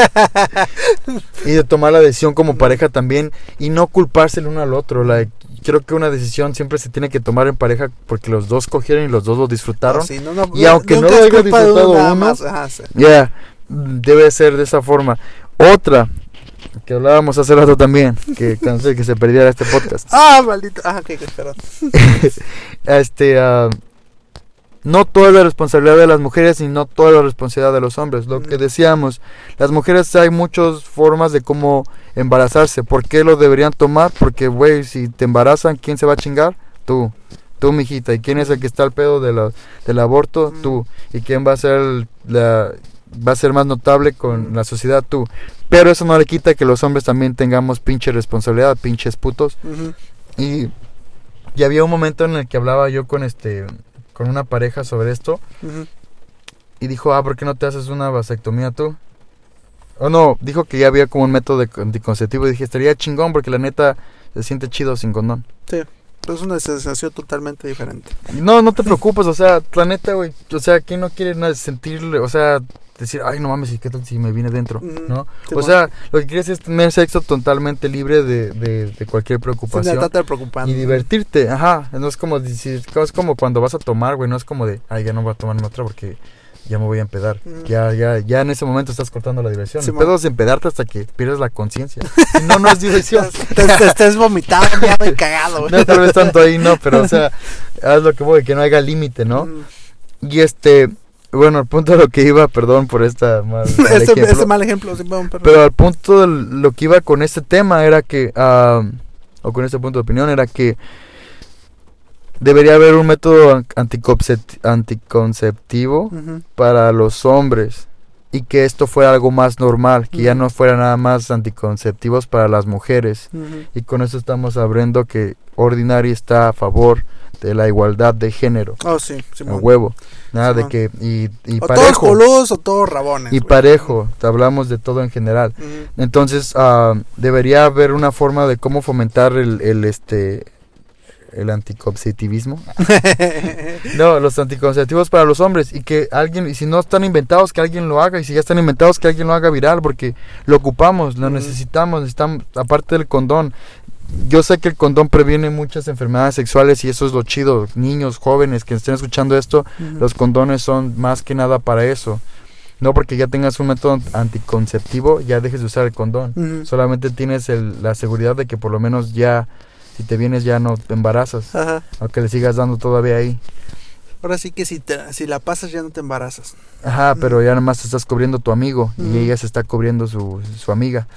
Y de tomar la decisión como pareja también, y no culparse el uno al otro. Like, creo que una decisión siempre se tiene que tomar en pareja porque los dos cogieron y los dos lo disfrutaron. No, sí, no, no, y aunque no lo haya disfrutado uno, uno ya, yeah, debe ser de esa forma. Otra que hablábamos hace rato también, que cansé que se perdiera este podcast. Ah, maldito. Ah, ok, perdón. Este, uh, no toda la responsabilidad de las mujeres y no toda la responsabilidad de los hombres. Lo mm. que decíamos, las mujeres hay muchas formas de cómo embarazarse. ¿Por qué lo deberían tomar? Porque, güey, si te embarazan, ¿quién se va a chingar? Tú. Tú, mijita. ¿Y quién es el que está al pedo de la, del aborto? Mm. Tú. ¿Y quién va a ser la... va a ser más notable con la sociedad? Tú. Pero eso no le quita que los hombres también tengamos pinche responsabilidad, pinches putos. Uh-huh. Y, y había un momento en el que hablaba yo con este con una pareja sobre esto. Uh-huh. Y dijo, ah, ¿por qué no te haces una vasectomía tú? O no, dijo que ya había como un método de anticonceptivo. Y dije, estaría chingón porque la neta se siente chido sin condón. Sí. Es una sensación totalmente diferente. No, no te preocupes, o sea, la neta, güey, o sea, ¿quién no quiere nada sentirle, o sea, decir, ay, no mames, ¿y qué tal si me viene dentro? Mm, ¿no? O bueno. sea, lo que quieres es tener sexo totalmente libre de, de, de cualquier preocupación. Sin preocupando. Y divertirte, ajá, no es como decir, es como cuando vas a tomar, güey, no es como de, ay, ya no voy a tomarme otra porque ya me voy a empedar. Mm. Ya, ya, ya en ese momento estás cortando la diversión. Sí, el pedo es empedarte hasta que pierdes la conciencia. Si no, no es diversión. te, te estés vomitando, ya me he cagado, güey. No, tal vez tanto ahí no, pero o sea, haz lo que voy, que no haya límite, ¿no? Mm. Y este, bueno, al punto de lo que iba, perdón por esta mal, mal este, ejemplo. Este mal ejemplo, sí, perdón. Pero al punto de lo que iba con este tema era que, uh, o con este punto de opinión, era que debería haber un método anticoncept- anticonceptivo uh-huh. para los hombres y que esto fuera algo más normal, que uh-huh. ya no fuera nada más anticonceptivos para las mujeres. Uh-huh. Y con eso estamos abriendo que Ordinary está a favor de la igualdad de género. Oh, sí, a huevo. Nada sí, de que y, y o parejo. Todos coludos o todos rabones. Y güey. Parejo, te hablamos de todo en general. Uh-huh. Entonces, uh, debería haber una forma de cómo fomentar el, el este el anticonceptivismo. No, los anticonceptivos para los hombres y que alguien, y si no están inventados, que alguien lo haga, y si ya están inventados, que alguien lo haga viral, porque lo ocupamos, lo uh-huh. necesitamos, necesitamos, aparte del condón. Yo sé que el condón previene muchas enfermedades sexuales y eso es lo chido. Niños, jóvenes que estén escuchando esto, uh-huh. los condones son más que nada para eso. No porque ya tengas un método anticonceptivo, ya dejes de usar el condón. Uh-huh. Solamente tienes el, la seguridad de que por lo menos ya, si te vienes ya no te embarazas. Uh-huh. Aunque le sigas dando todavía ahí. Ahora sí que si, te, si la pasas ya no te embarazas. Ajá, uh-huh. pero ya nada más te estás cubriendo tu amigo uh-huh. y ella se está cubriendo su, su amiga.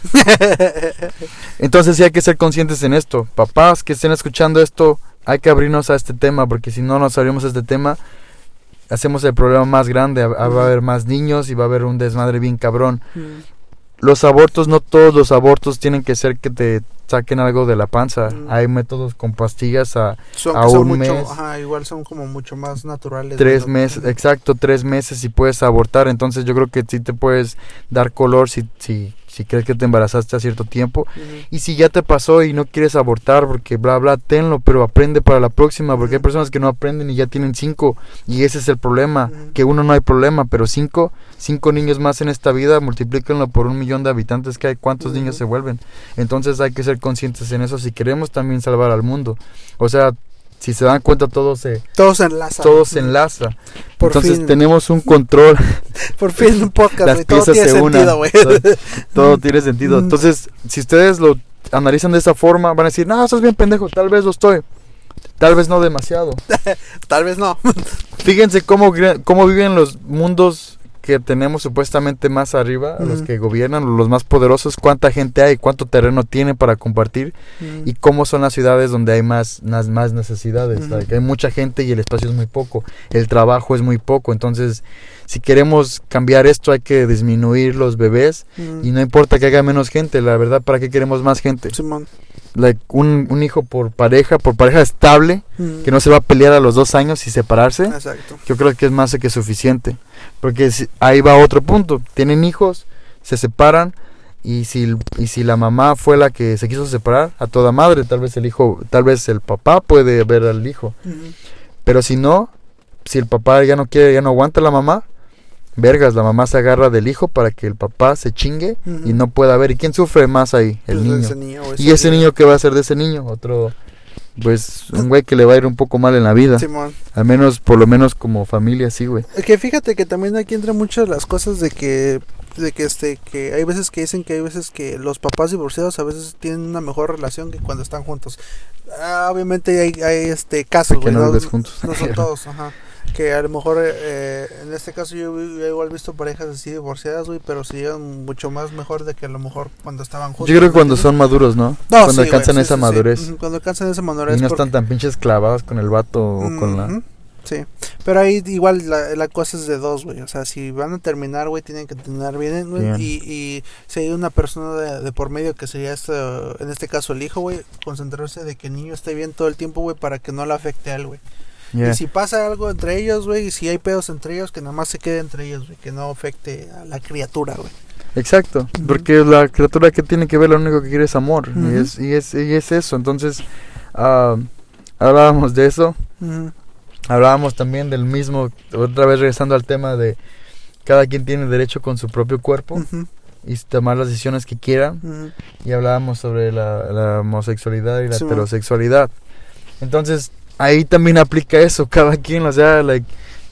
Entonces sí hay que ser conscientes en esto. Papás que estén escuchando esto, hay que abrirnos a este tema, porque si no nos abrimos a este tema, hacemos el problema más grande. Uh-huh. Va a haber más niños y va a haber un desmadre bien cabrón. Uh-huh. Los abortos, no todos los abortos tienen que ser que te saquen algo de la panza. Mm. Hay métodos con pastillas a, son, a son un mucho, mes. Ajá, igual son como mucho más naturales. Tres meses, exacto, tres meses y puedes abortar. Entonces yo creo que sí te puedes dar color si, si, si crees que te embarazaste a cierto tiempo. Uh-huh. Y si ya te pasó y no quieres abortar porque bla, bla, tenlo, pero aprende para la próxima. Porque uh-huh. hay personas que no aprenden y ya tienen cinco. Y ese es el problema, uh-huh. que uno no hay problema, pero cinco... Cinco niños más en esta vida, multiplíquenlo por un millón de habitantes que hay, ¿cuántos uh-huh. niños se vuelven? Entonces hay que ser conscientes en eso si queremos también salvar al mundo. O sea, si se dan cuenta, todo se... Todo se enlaza. Todo se enlaza. Por Entonces fin. tenemos un control. Por fin un podcast, Las wey, piezas todo tiene se sentido, güey. todo, todo tiene sentido. Entonces, si ustedes lo analizan de esa forma, van a decir, no, estás bien pendejo, tal vez lo estoy. Tal vez no demasiado. Tal vez no. Fíjense cómo, cómo viven los mundos que tenemos supuestamente más arriba, uh-huh. los que gobiernan, los más poderosos, cuánta gente hay, cuánto terreno tienen para compartir uh-huh. y cómo son las ciudades donde hay más, más, más necesidades. Uh-huh. Like, hay mucha gente y el espacio es muy poco, el trabajo es muy poco. Entonces, si queremos cambiar esto, hay que disminuir los bebés uh-huh. y no importa que haya menos gente, la verdad, ¿para qué queremos más gente? Simón. Like, un, un hijo por pareja, por pareja estable, mm. que no se va a pelear a los dos años y separarse. Exacto. Yo creo que es más que suficiente. Porque si, ahí va otro punto. Tienen hijos, se separan, y si, y si la mamá fue la que se quiso separar, a toda madre, tal vez el hijo, tal vez el papá puede ver al hijo. Mm. Pero si no, si el papá ya no quiere, ya no aguanta a la mamá, vergas, la mamá se agarra del hijo para que el papá se chingue uh-huh. y no pueda ver. ¿Y quién sufre más ahí? El pues niño. Ese niño ese ¿Y ese niño. niño qué va a hacer de ese niño? Otro, pues, un güey que le va a ir un poco mal en la vida. Simón. Al menos, por lo menos como familia, sí, güey. Es que fíjate que también aquí entran muchas las cosas de que, de que este, que hay veces que dicen que hay veces que los papás divorciados a veces tienen una mejor relación que cuando están juntos. Ah, obviamente hay, hay este casos, güey. No, no, vives juntos. No son todos, ajá. Que a lo mejor, eh, en este caso yo, yo igual he visto parejas así divorciadas, güey, pero se llevan mucho más mejor de que a lo mejor cuando estaban juntos. Yo creo que cuando son maduros, ¿no? no cuando sí, alcanzan wey, esa sí, madurez. Sí. Cuando alcanzan esa madurez. Y no porque... están tan pinches clavados con el vato o mm-hmm. con la... Sí, pero ahí igual la, la cosa es de dos, güey. O sea, si van a terminar, güey, tienen que terminar bien, güey. Y, y si hay una persona de, de por medio que sería, este, en este caso, el hijo, güey, concentrarse de que el niño esté bien todo el tiempo, güey, para que no le afecte a él, güey. Yeah. Y si pasa algo entre ellos, güey, y si hay pedos entre ellos, que nada más se quede entre ellos, güey, que no afecte a la criatura, güey. Exacto, uh-huh. porque la criatura que tiene que ver, lo único que quiere es amor, uh-huh. y, es, y, es, y es eso. Entonces, uh, hablábamos de eso, uh-huh. hablábamos también del mismo, otra vez regresando al tema de cada quien tiene derecho con su propio cuerpo, uh-huh. y tomar las decisiones que quieran, uh-huh. y hablábamos sobre la, la homosexualidad y la sí, heterosexualidad. Entonces, ahí también aplica eso, cada quien, o sea, like,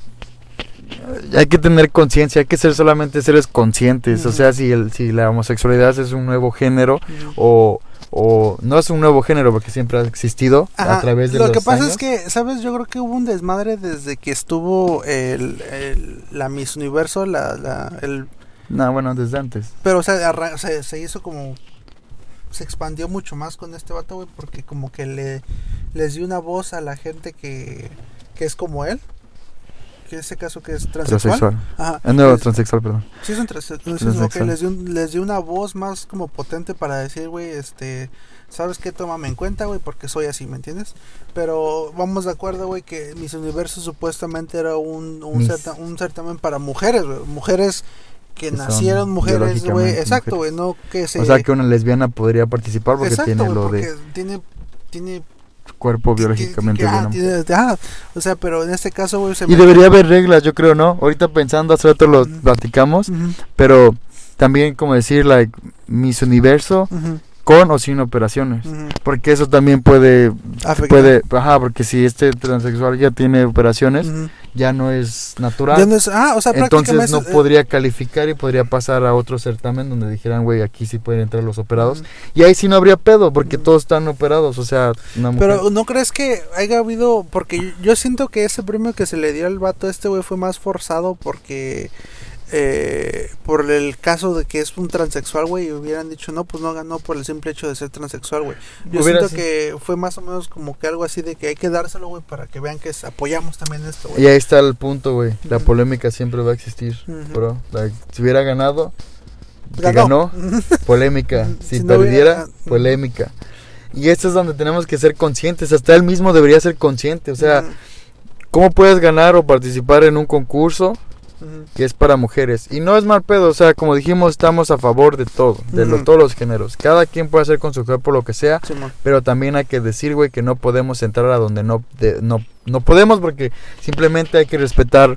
hay que tener conciencia, hay que ser solamente seres conscientes, uh-huh. o sea, si el si la homosexualidad es un nuevo género, uh-huh. o, o no es un nuevo género porque siempre ha existido. Ajá. A través de Lo los que pasa años. es que, ¿sabes? Yo creo que hubo un desmadre desde que estuvo el, el la Miss Universo, la, la el... No, bueno, desde antes. Pero, o sea, arra- o sea, se hizo como... se expandió mucho más con este vato, güey, porque como que le les dio una voz a la gente que, que es como él. Que en este caso que es transexual. Transexual. Ajá. Ah, no, Es- transexual, perdón. Sí, es un trans- entonces, Transexual. ok, les dio, un- les dio una voz más como potente para decir, güey, este, ¿sabes qué? Tómame en cuenta, güey, porque soy así, ¿me entiendes? Pero vamos de acuerdo, güey, que Miss Universo supuestamente era un, un, Miss. certa- un certamen para mujeres, güey, mujeres que Que son nacieron mujeres, güey, biológicamente exacto, güey, mujeres. no que se... O sea que una lesbiana podría participar porque exacto, tiene güey, lo porque de tiene, tiene cuerpo tiene- biológicamente tiene- de ah, una mujer. tiene- ah, o sea, pero en este caso, güey, se Y me- debería haber reglas, yo creo, ¿no? Ahorita pensando, hace rato lo Ujú. platicamos, Ujú, pero también como decir, like, Miss Universo ujú, con o sin operaciones. ujú. Porque eso también puede, Afecta. puede, ajá, porque si este transexual ya tiene operaciones, Ujú. ya no es natural. Ya no es- ah, o sea, Entonces prácticamente no es- eh, podría calificar y podría pasar a otro certamen donde dijeran, güey, aquí sí pueden entrar los operados. Ujú. Y ahí sí no habría pedo, porque Ujú. todos están operados, o sea, una mujer. Pero ¿no crees que haya habido? Porque yo- yo siento que ese premio que se le dio al vato este, güey, fue más forzado porque... Eh, por el caso de que es un transexual, güey, y hubieran dicho, no, pues no ganó por el simple hecho de ser transexual, güey. Yo Hubiera siento sido- que fue más o menos como que algo así de que hay que dárselo, güey, para que vean que es- apoyamos también esto, güey. Y ahí está el punto, güey. La Ujú. polémica siempre va a existir, Ujú. bro. Like, si hubiera ganado, que Ganó. ganó, polémica. Ujú. Si, Si no perdiera, hubiera- polémica. Y esto es donde tenemos que ser conscientes. Hasta él mismo debería ser consciente. O sea, Ujú. ¿cómo puedes ganar o participar en un concurso Ujú. que es para mujeres? Y no es mal pedo. O sea, como dijimos, estamos a favor de todo, de lo- Ujú. todos los géneros. Cada quien puede hacer con su cuerpo lo que sea. Simón. Pero también hay que decir, güey, que no podemos entrar a donde no, de- no, no podemos porque simplemente hay que respetar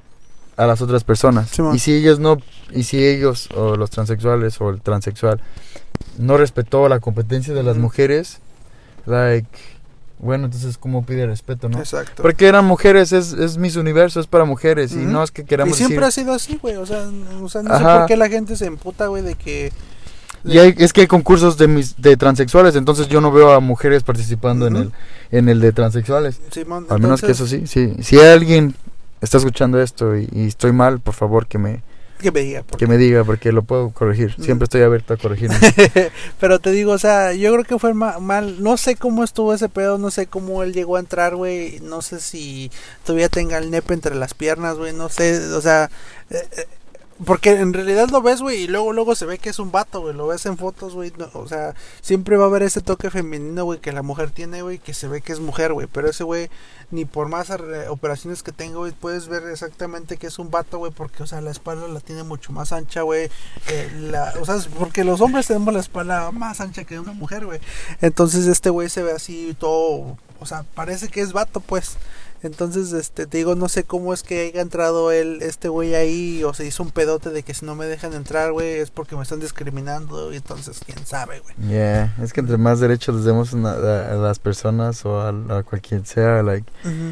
a las otras personas. Simón. Y si ellos no, y si ellos, o los transexuales, o el transexual, no respetó la competencia de las Ujú. mujeres, like, bueno, entonces, ¿cómo pide respeto, no? Exacto. Porque eran mujeres, es, es Miss Universo, es para mujeres, y Ujú. no es que Y queramos siempre decir... ha sido así, güey, o sea, o sea no sé Ajá. por qué la gente se emputa, güey, de que... Y hay- es que hay concursos de, mis, de transexuales, entonces yo no veo a mujeres participando en Ujú. el en el de transexuales. Simón, Al menos que eso entonces, sí, sí. Si alguien está escuchando esto y, y estoy mal, por favor que me que me diga, por que me diga porque lo puedo corregir. Mm. Siempre estoy abierto a corregirme. Pero te digo, o sea, yo creo que fue ma- mal, no sé cómo estuvo ese pedo, no sé cómo él llegó a entrar, güey, no sé si todavía tenga el nepe entre las piernas, güey, no sé, o sea, eh, eh, porque en realidad lo ves, güey, y luego luego se ve que es un vato, güey, lo ves en fotos, güey, no, o sea, siempre va a haber ese toque femenino, güey, que la mujer tiene, güey, que se ve que es mujer, güey, pero ese güey, ni por más eh, operaciones que tenga, güey, puedes ver exactamente que es un vato, güey, porque, o sea, la espalda la tiene mucho más ancha, güey, eh, la, o sea, es porque los hombres tenemos la espalda más ancha que una mujer, güey, entonces este güey se ve así todo, o sea, parece que es vato, pues. Entonces, este, te digo, no sé cómo es que haya entrado él, este güey ahí, o se hizo un pedote de que si no me dejan entrar, güey, es porque me están discriminando, y entonces, quién sabe, güey. Yeah, es que entre más derechos les demos una- a, a las personas o a, a cualquier sea, like,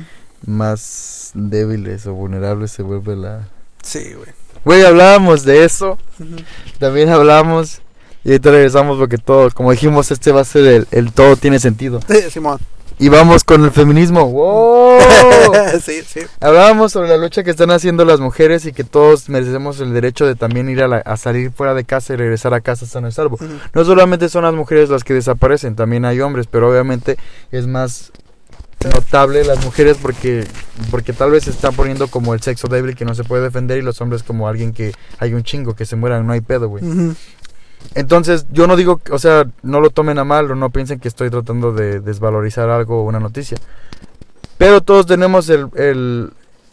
más débiles o vulnerables se vuelve la... Sí, güey. Güey, hablábamos de eso, Ujú. también hablamos y ahorita regresamos porque todo, como dijimos, este va a ser el, el todo tiene sentido. Sí, Simón. Y vamos con el feminismo. ¡Wow! Sí, sí. Hablábamos sobre la lucha que están haciendo las mujeres y que todos merecemos el derecho de también ir a, la- a salir fuera de casa y regresar a casa sano y salvo. Ujú. No solamente son las mujeres las que desaparecen, también hay hombres, pero obviamente es más notable las mujeres porque porque tal vez se está poniendo como el sexo débil que no se puede defender y los hombres como alguien que hay un chingo que se mueran, no hay pedo, güey. Ujú. Entonces, yo no digo, o sea, no lo tomen a mal o no piensen que estoy tratando de desvalorizar algo o una noticia. Pero todos tenemos el, el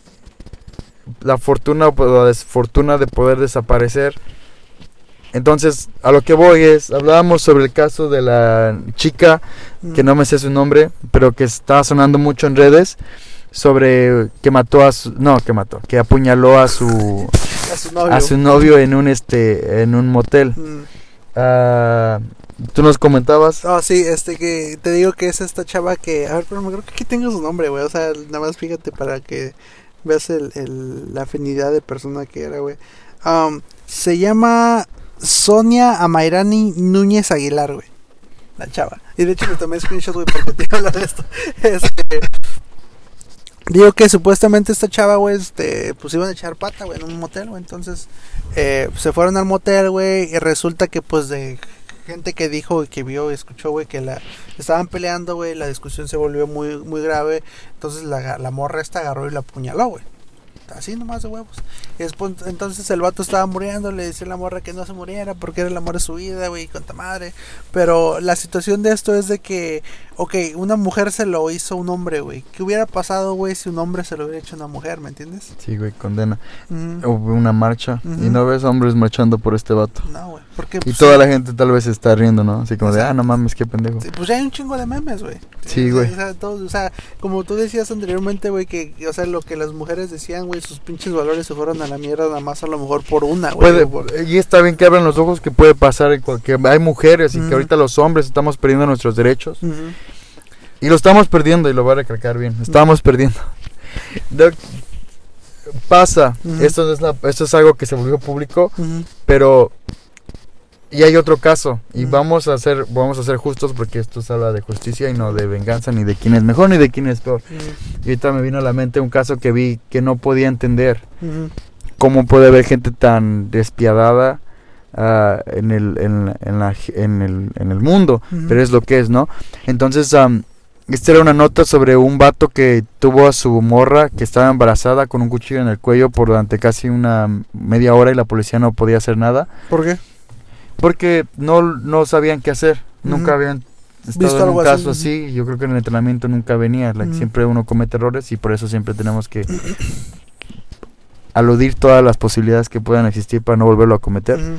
la fortuna o la desfortuna de poder desaparecer. Entonces, a lo que voy es, hablábamos sobre el caso de la chica, que no me sé su nombre, pero que está sonando mucho en redes, sobre que mató a su, no, que mató, que apuñaló a su A su novio. a su novio en un este en un motel. Mm. Ah, tú nos comentabas. Oh, sí, este que te digo que es esta chava que, a ver, pero me creo que aquí tengo su nombre, güey, o sea, nada más fíjate para que veas el, el, la afinidad de persona que era, güey. Um, se llama Sonia Amairani Núñez Aguilar, güey, la chava. Y de hecho me tomé screenshot, güey, porque te iba a hablar de esto. Este, digo que supuestamente esta chava, güey, este, pues iban a echar pata, güey, en un motel, güey, entonces eh, se fueron al motel, güey, y resulta que pues de gente que dijo y que vio y escuchó, güey, que la estaban peleando, güey, la discusión se volvió muy muy grave, entonces la, la morra esta agarró y la apuñaló, güey. Así nomás de huevos. Y después, entonces el vato estaba muriendo, le decía a la morra que no se muriera porque era el amor de su vida, güey, cuanta madre. Pero la situación de esto es de que, ok, una mujer se lo hizo un hombre, güey. ¿Qué hubiera pasado, güey, si un hombre se lo hubiera hecho a una mujer, me entiendes? Sí, güey, condena. Uh-huh. Hubo una marcha uh-huh. y no ves hombres marchando por este vato. No, güey. Porque, y pues, toda la gente tal vez se está riendo, ¿no? Así como de, ah, no mames, qué pendejo. Sí, pues ya hay un chingo de memes, güey. Sí, güey. O sea, todo, o sea, como tú decías anteriormente, güey, que, o sea, lo que las mujeres decían, güey, sus pinches valores se fueron a la mierda nada más a lo mejor por una, güey. Puede, y está bien que abran los ojos que puede pasar, en cualquier, hay mujeres y uh-huh. que ahorita los hombres estamos perdiendo nuestros derechos. Uh-huh. Y lo estamos perdiendo, y lo voy a recalcar bien, estamos uh-huh. perdiendo. De, pasa, uh-huh. esto, es la, esto es algo que se volvió público, uh-huh. pero... Y hay otro caso, y mm. vamos a ser vamos a ser justos porque esto se habla de justicia y no de venganza, ni de quién es mejor ni de quién es peor. Mm. Y ahorita me vino a la mente un caso que vi que no podía entender. Mm. Cómo puede haber gente tan despiadada uh, en, el, en, en, la, en, el, en el mundo, mm. pero es lo que es, ¿no? Entonces, um, esta era una nota sobre un vato que tuvo a su morra que estaba embarazada con un cuchillo en el cuello por durante casi una media hora y la policía no podía hacer nada. ¿Por qué? Porque no, no sabían qué hacer, uh-huh. nunca habían estado en un caso así, así. Yo creo que en el entrenamiento nunca venía, like, uh-huh. siempre uno comete errores y por eso siempre tenemos que aludir todas las posibilidades que puedan existir para no volverlo a cometer. Uh-huh.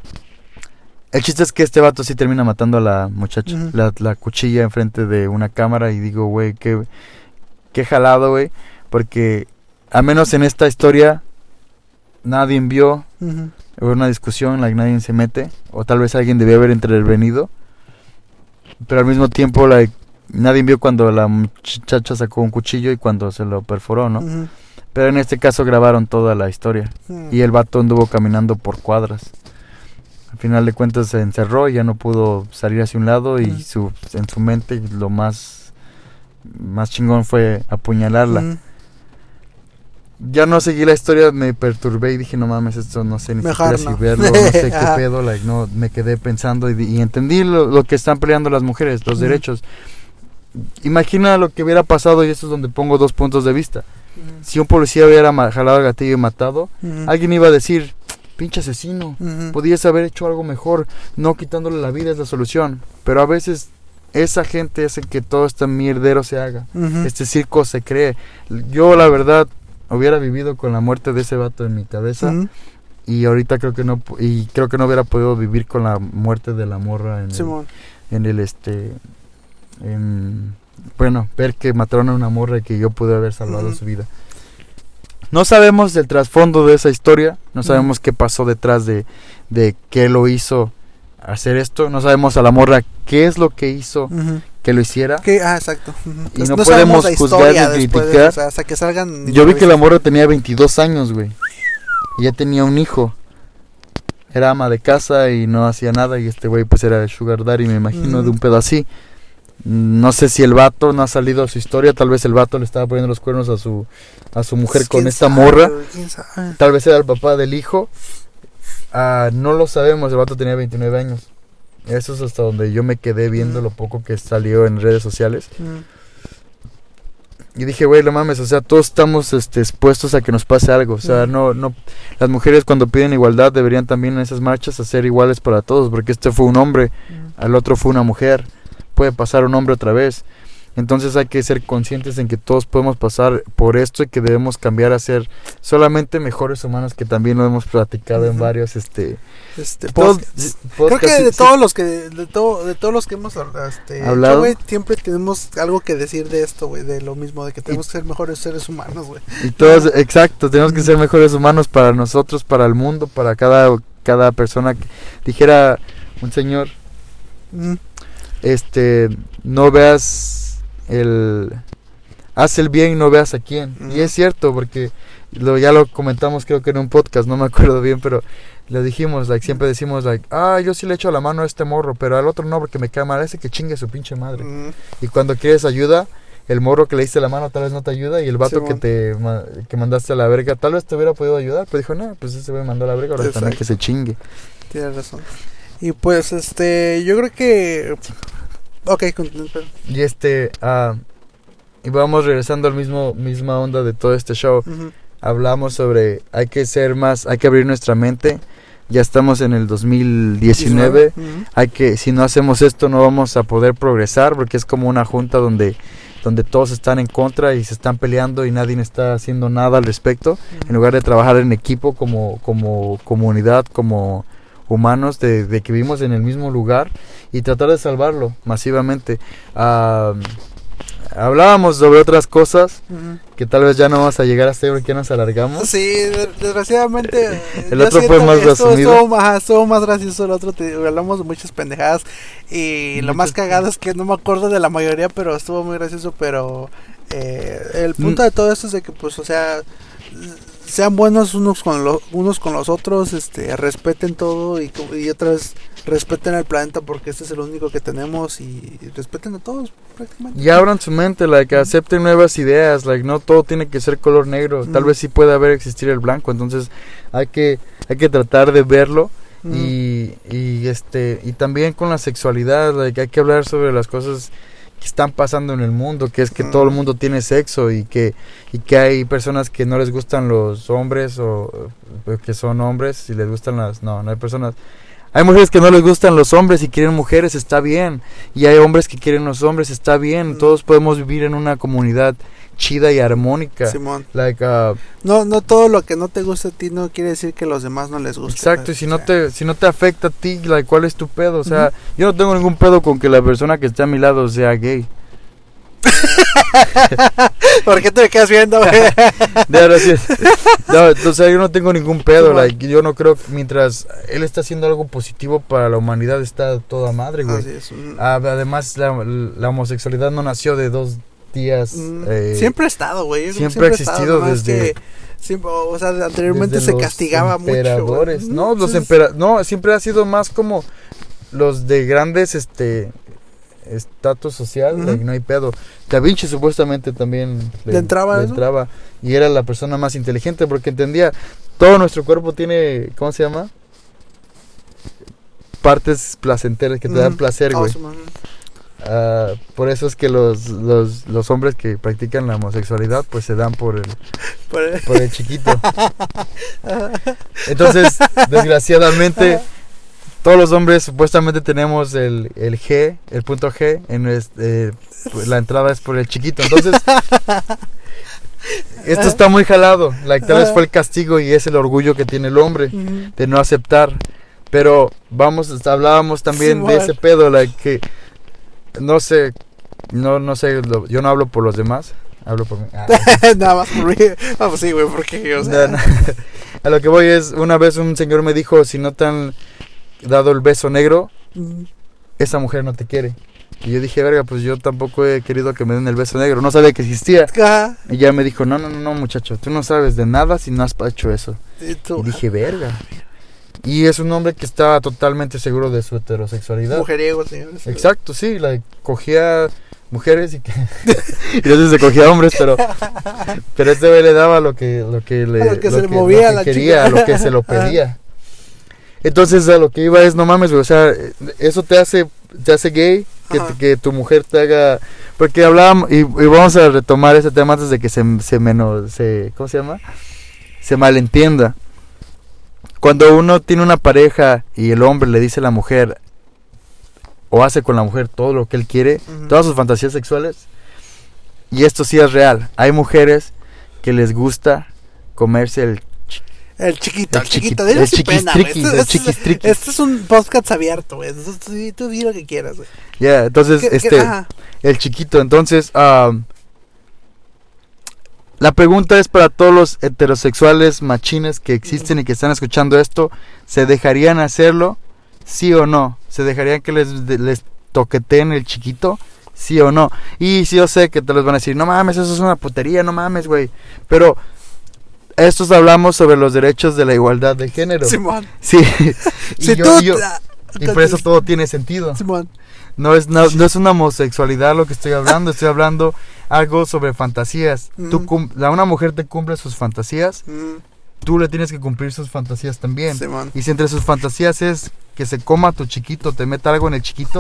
El chiste es que este vato sí termina matando a la muchacha, uh-huh. la, la cuchilla enfrente de una cámara y digo, güey, qué, qué jalado, güey, porque al menos en esta historia nadie vio... Uh-huh. Hubo una discusión en la que nadie se mete, o tal vez alguien debió haber intervenido, pero al mismo tiempo like, nadie vio cuando la muchacha sacó un cuchillo y cuando se lo perforó, ¿no? Uh-huh. Pero en este caso grabaron toda la historia, uh-huh. y el vato anduvo caminando por cuadras. Al final de cuentas se encerró y ya no pudo salir hacia un lado, y uh-huh. su, en su mente lo más, más chingón fue apuñalarla. Uh-huh. Ya no seguí la historia, me perturbé y dije, no mames, esto no sé ni Mejor siquiera no. si verlo, no sé qué pedo, like, no, me quedé pensando y, y entendí lo, lo que están peleando las mujeres, los uh-huh. derechos. Imagina lo que hubiera pasado, y esto es donde pongo dos puntos de vista. Uh-huh. Si un policía hubiera ma- jalado el gatillo y matado, uh-huh. alguien iba a decir, pinche asesino, uh-huh. podías haber hecho algo mejor, no quitándole la vida es la solución. Pero a veces... esa gente hace que todo este mierdero se haga, uh-huh. este circo se cree. Yo la verdad hubiera vivido con la muerte de ese vato en mi cabeza, uh-huh. y ahorita creo que no y creo que no hubiera podido vivir con la muerte de la morra en el, en el este en, bueno, ver que mataron a una morra y que yo pude haber salvado uh-huh. su vida. No sabemos el trasfondo de esa historia, no sabemos uh-huh. qué pasó detrás de de qué lo hizo hacer esto, no sabemos a la morra qué es lo que hizo uh-huh. que lo hiciera. ¿Qué? Ah, exacto. Uh-huh. Y no, no podemos juzgar ni criticar. De, o sea, hasta que salgan. Yo vi que la morra tenía veintidós años, güey. Y ya tenía un hijo. Era ama de casa y no hacía nada. Y este güey pues era el sugar daddy, me imagino, uh-huh. de un pedo así. No sé si el vato no ha salido a su historia. Tal vez el vato le estaba poniendo los cuernos a su a su mujer con esta sabe, morra. Tal vez era el papá del hijo. Uh, no lo sabemos, el vato tenía veintinueve años. Eso es hasta donde yo me quedé viendo mm. lo poco que salió en redes sociales. Mm. Y dije, güey, no mames, o sea, todos estamos este, expuestos a que nos pase algo. O sea, mm. no, no, las mujeres cuando piden igualdad deberían también en esas marchas hacer iguales para todos. Porque este fue un hombre, mm. al otro fue una mujer. Puede pasar un hombre otra vez. Entonces hay que ser conscientes en que todos podemos pasar por esto y que debemos cambiar a ser solamente mejores humanos, que también lo hemos platicado uh-huh. en varios este, este todos, creo que de sí, todos sí. los que de todo de todos los que hemos este, hablado, güey, siempre tenemos algo que decir de esto, güey, de lo mismo, de que tenemos y, que ser mejores seres humanos, güey. Y todos, exacto, tenemos que ser mejores humanos para nosotros, para el mundo, para cada cada persona. Que dijera un señor, uh-huh. este, no veas el haz el bien y no veas a quién. Uh-huh. Y es cierto, porque lo, ya lo comentamos creo que en un podcast, no me acuerdo bien, pero lo dijimos, like, siempre decimos, like, ah, yo sí le echo la mano a este morro, pero al otro no, porque me cae mal, ese que chingue su pinche madre. Uh-huh. Y cuando quieres ayuda, el morro que le diste la mano tal vez no te ayuda, y el vato sí, que te ma- que mandaste a la verga tal vez te hubiera podido ayudar, pero dijo, no, pues ese güey mandó a la verga, ahora también que se chingue. Tienes razón. Y pues, este, yo creo que... Ok, continúa. Y este, uh, y vamos regresando al mismo, misma onda de todo este show. Uh-huh. Hablamos sobre, hay que ser más, hay que abrir nuestra mente. Ya estamos en el dos mil diecinueve. Uh-huh. Hay que, si no hacemos esto, no vamos a poder progresar, porque es como una junta donde, donde todos están en contra y se están peleando y nadie está haciendo nada al respecto. Uh-huh. En lugar de trabajar en equipo como, como comunidad, como humanos, de, de que vivimos en el mismo lugar y tratar de salvarlo masivamente. Uh, hablábamos sobre otras cosas uh-huh. que tal vez ya no vamos a llegar a hacer porque ya nos alargamos. Sí, desgraciadamente. El otro fue más esto, resumido. Estuvo más, estuvo más gracioso el otro. Te, hablamos de muchas pendejadas. Y muchas lo más cagado es que no me acuerdo de la mayoría, pero estuvo muy gracioso. Pero eh, el punto mm. de todo esto es de que, pues, o sea, sean buenos unos con, lo, unos con los otros, este, respeten todo y, y otra vez respeten al planeta porque este es el único que tenemos y respeten a todos prácticamente. Y abran su mente, like, acepten nuevas ideas, like, no todo tiene que ser color negro, mm. tal vez sí puede haber existir el blanco, entonces hay que hay que tratar de verlo mm. y, y este y también con la sexualidad, like, hay que hablar sobre las cosas que están pasando en el mundo, que es que mm. todo el mundo tiene sexo y que y que hay personas que no les gustan los hombres o, o que son hombres y les gustan las no, no hay personas. Hay mujeres que no les gustan los hombres y quieren mujeres, está bien. Y hay hombres que quieren los hombres, está bien. Mm. Todos podemos vivir en una comunidad chida y armónica. Simón. Like, uh, no, no todo lo que no te gusta a ti no quiere decir que a los demás no les guste. Exacto, y si no te si no te afecta a ti, like, ¿cuál es tu pedo? O sea, uh-huh. yo no tengo ningún pedo con que la persona que esté a mi lado sea gay. ¿Por qué te me quedas viendo, güey? No, gracias. No, o sea, yo no tengo ningún pedo, like, yo no creo que mientras él está haciendo algo positivo para la humanidad está toda madre, güey. Así es. Mm. Además, la, la homosexualidad no nació de dos días. Mm. Eh, siempre ha estado, güey. Siempre, siempre ha existido estado, desde... Que siempre, o sea, anteriormente se castigaba mucho. Emperadores, no, los empera no, siempre ha sido más como los de grandes, este... estatus social, uh-huh. like, no hay pedo. Da Vinci supuestamente también le, ¿Le entraba, le entraba y era la persona más inteligente porque entendía todo nuestro cuerpo tiene, ¿cómo se llama? Partes placenteras que te uh-huh. dan placer, güey. Awesome. Uh, por eso es que los, los los hombres que practican la homosexualidad pues se dan por el por el, por el chiquito. Entonces, desgraciadamente todos los hombres supuestamente tenemos el, el G, el punto G, en nuestro, eh, la entrada es por el chiquito. Entonces, esto está muy jalado. Like, tal vez fue el castigo y es el orgullo que tiene el hombre uh-huh. de no aceptar. Pero vamos, hablábamos también sí, de ese pedo, like, que no sé, no, no sé, lo, yo no hablo por los demás. Hablo por mí. Ah, nada más por mí. Vamos, sí, güey, porque, o sea... no, no. A lo que voy es, una vez un señor me dijo, si no te han dado el beso negro, mm. esa mujer no te quiere. Y yo dije, verga, pues yo tampoco he querido que me den el beso negro. No sabía que existía. Ah. Y ya me dijo, no, no, no, no, muchacho, tú no sabes de nada si no has hecho eso. Y, y dije, verga. Y es un hombre que estaba totalmente seguro de su heterosexualidad. Mujeriego, señores. Exacto, sí, la cogía mujeres y que y entonces se cogía hombres, pero pero este güey le daba lo que lo que le lo que lo se le que, movía lo que la quería, chica. lo que se lo pedía. Entonces a lo que iba es, no mames, güey, o sea, eso te hace te hace gay que, que tu mujer te haga, porque hablábamos y, y vamos a retomar ese tema antes de que se se menos se ¿cómo se llama? Se malentienda. Cuando uno tiene una pareja y el hombre le dice a la mujer o hace con la mujer todo lo que él quiere, uh-huh. todas sus fantasías sexuales, y esto sí es real, hay mujeres que les gusta comerse el chi- el chiquito, el, el chiquito, chiquito, el chiquistriqui, el chiquistriqui. Este es un podcast abierto, güey. Tú di lo que quieras, güey. Ya, yeah, entonces ¿Qué, este qué, el chiquito, entonces um, la pregunta es para todos los heterosexuales machines que existen y que están escuchando esto, ¿se dejarían hacerlo? ¿Sí o no? ¿Se dejarían que les, les toqueteen el chiquito? ¿Sí o no? Y sí, yo sé que te los van a decir, no mames, eso es una putería, no mames, güey. Pero estos hablamos sobre los derechos de la igualdad de género. Simón. Sí. y, si yo, tú, y, yo, y por eso todo tiene sentido. Simón. No es, no, no es una homosexualidad lo que estoy hablando, estoy hablando algo sobre fantasías. Mm. Tú cum- la, una mujer te cumple sus fantasías, mm. tú le tienes que cumplir sus fantasías también. Sí, man. Y si entre sus fantasías es que se coma tu chiquito, te meta algo en el chiquito,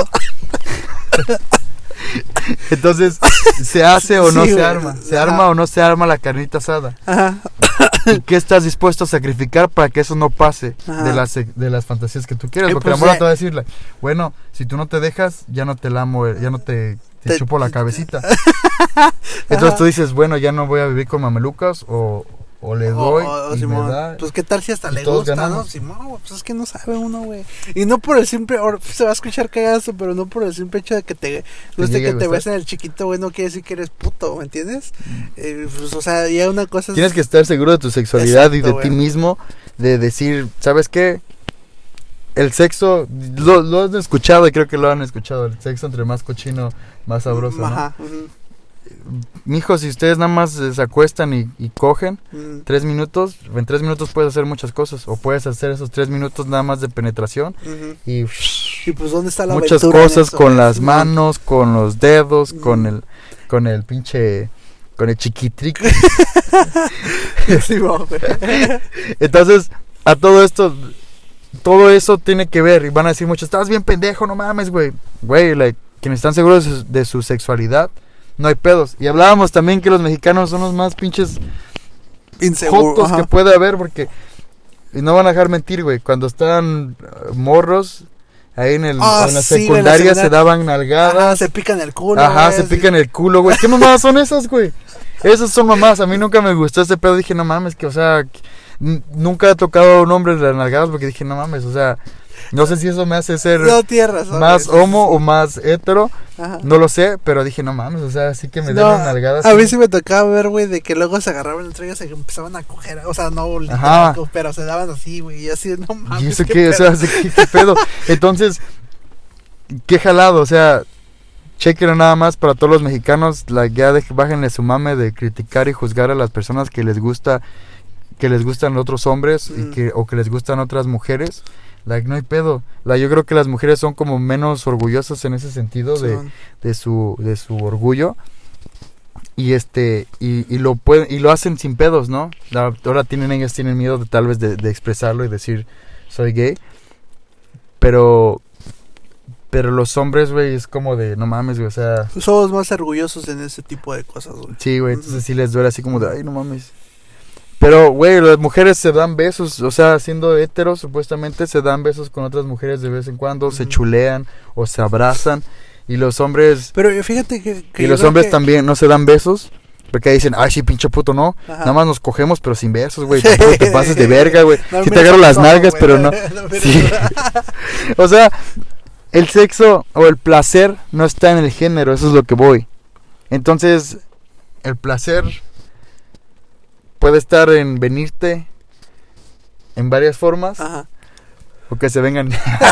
entonces, ¿se hace o no Sí, se güey. arma? ¿Se Ajá. arma o no se arma la carnita asada? Ajá. ¿Y qué estás dispuesto a sacrificar para que eso no pase Ajá. de las, de las fantasías que tú quieres? Y Porque pues, la morra eh, te va a decir, like, bueno, si tú no te dejas, ya no te lamo, eh, ya no te, te Te- chupo la cabecita. Entonces tú dices, bueno, ya no voy a vivir con mamelucas o, o le doy O- o y Simón, me da. pues qué tal si hasta y le todos gusta, ganamos. ¿no? Simón, güey, pues es que no sabe uno, güey. Y no por el simple, or- se va a escuchar cagazo, pero no por el simple hecho de que te guste llegue a que te gustar. besen el chiquito, güey, no quiere decir que eres puto, ¿me entiendes? Eh, pues, o sea, ya una cosa es... Tienes que estar seguro de tu sexualidad y de Exacto, ti güey. mismo, de decir, ¿sabes qué? El sexo, lo, lo has escuchado y creo que lo han escuchado, el sexo entre más cochino, más sabroso, ¿no? Ajá. ujú, Mijos, si ustedes nada más eh, se acuestan y, y cogen ujú, tres minutos, en tres minutos puedes hacer muchas cosas, o puedes hacer esos tres minutos nada más de penetración ujú. y Y pues, ¿dónde está la muchas aventura en cosas eso, con güey? las Simón. manos, con los dedos, Ujú. con el, con el pinche, con el chiquitric. Simón, güey. Entonces, a todo esto, todo eso tiene que ver. Y van a decir muchos, estás bien pendejo, no mames, güey. Güey, like, quienes están seguros de su, de su sexualidad, no hay pedos. Y hablábamos también que los mexicanos son los más pinches Inseguro. jotos ajá. que puede haber, porque, y no van a dejar mentir, güey, cuando estaban uh, morros, ahí en, el, Ah, en la sí, güey, en la secundaria se secundaria. daban Ajá, nalgadas. se pican el culo, Ajá, güey, se sí. pican el culo, güey. ¿Qué mamadas son esas, güey? Esas son mamadas. A mí nunca me gustó ese pedo. Dije, no mames, que, o sea, n- nunca he tocado a un hombre de las nalgadas porque dije, no mames, o sea, no sé si eso me hace ser No tienes razón, más güey. homo o más hetero. Ajá. No lo sé, pero dije, no mames, o sea, sí que me den No, una nalgada. a así. mí sí me tocaba ver, güey, de que luego se agarraban entre ellos y empezaban a coger, o sea, no literal, Ajá. co- pero se daban así, güey, y así, no mames. ¿Y eso qué qué? O sea, pedo. ¿qué, qué pedo? Entonces, qué jalado, o sea, chequenlo nada más para todos los mexicanos, la ya de, bájenle su mame de criticar y juzgar a las personas que les gusta, que les gustan otros hombres y Mm. que, o que les gustan otras mujeres. Like, no hay pedo. La, yo creo que las mujeres son como menos orgullosas en ese sentido de, Son- de su, de su orgullo. Y este, y, y lo pueden, y lo hacen sin pedos, ¿no? La- ahora tienen, ellas tienen miedo de tal vez de, de expresarlo y decir soy gay. Pero pero los hombres, güey, es como de no mames, güey, o sea, Somos más orgullosos en ese tipo de cosas, güey. sí, güey, Ujú. entonces sí les duele así como de ay, no mames. Pero, güey, las mujeres se dan besos, o sea, siendo heteros, supuestamente se dan besos con otras mujeres de vez en cuando, se Ujú. chulean o se abrazan. Y los hombres, Pero eh, fíjate que... que y yo los creo hombres que- también no se dan besos. Porque ahí dicen, ay, sí, pinche puto, no. Ajá. Nada más nos cogemos, pero sin besos, güey. Tampoco te pases de verga, güey. No, Si te mira, agarro las no, nalgas, güey. pero no. No, mira, Sí. O sea, el sexo o el placer no está en el género, eso es lo que voy. Entonces, el placer puede estar en venirte en varias formas Ajá. o que se vengan.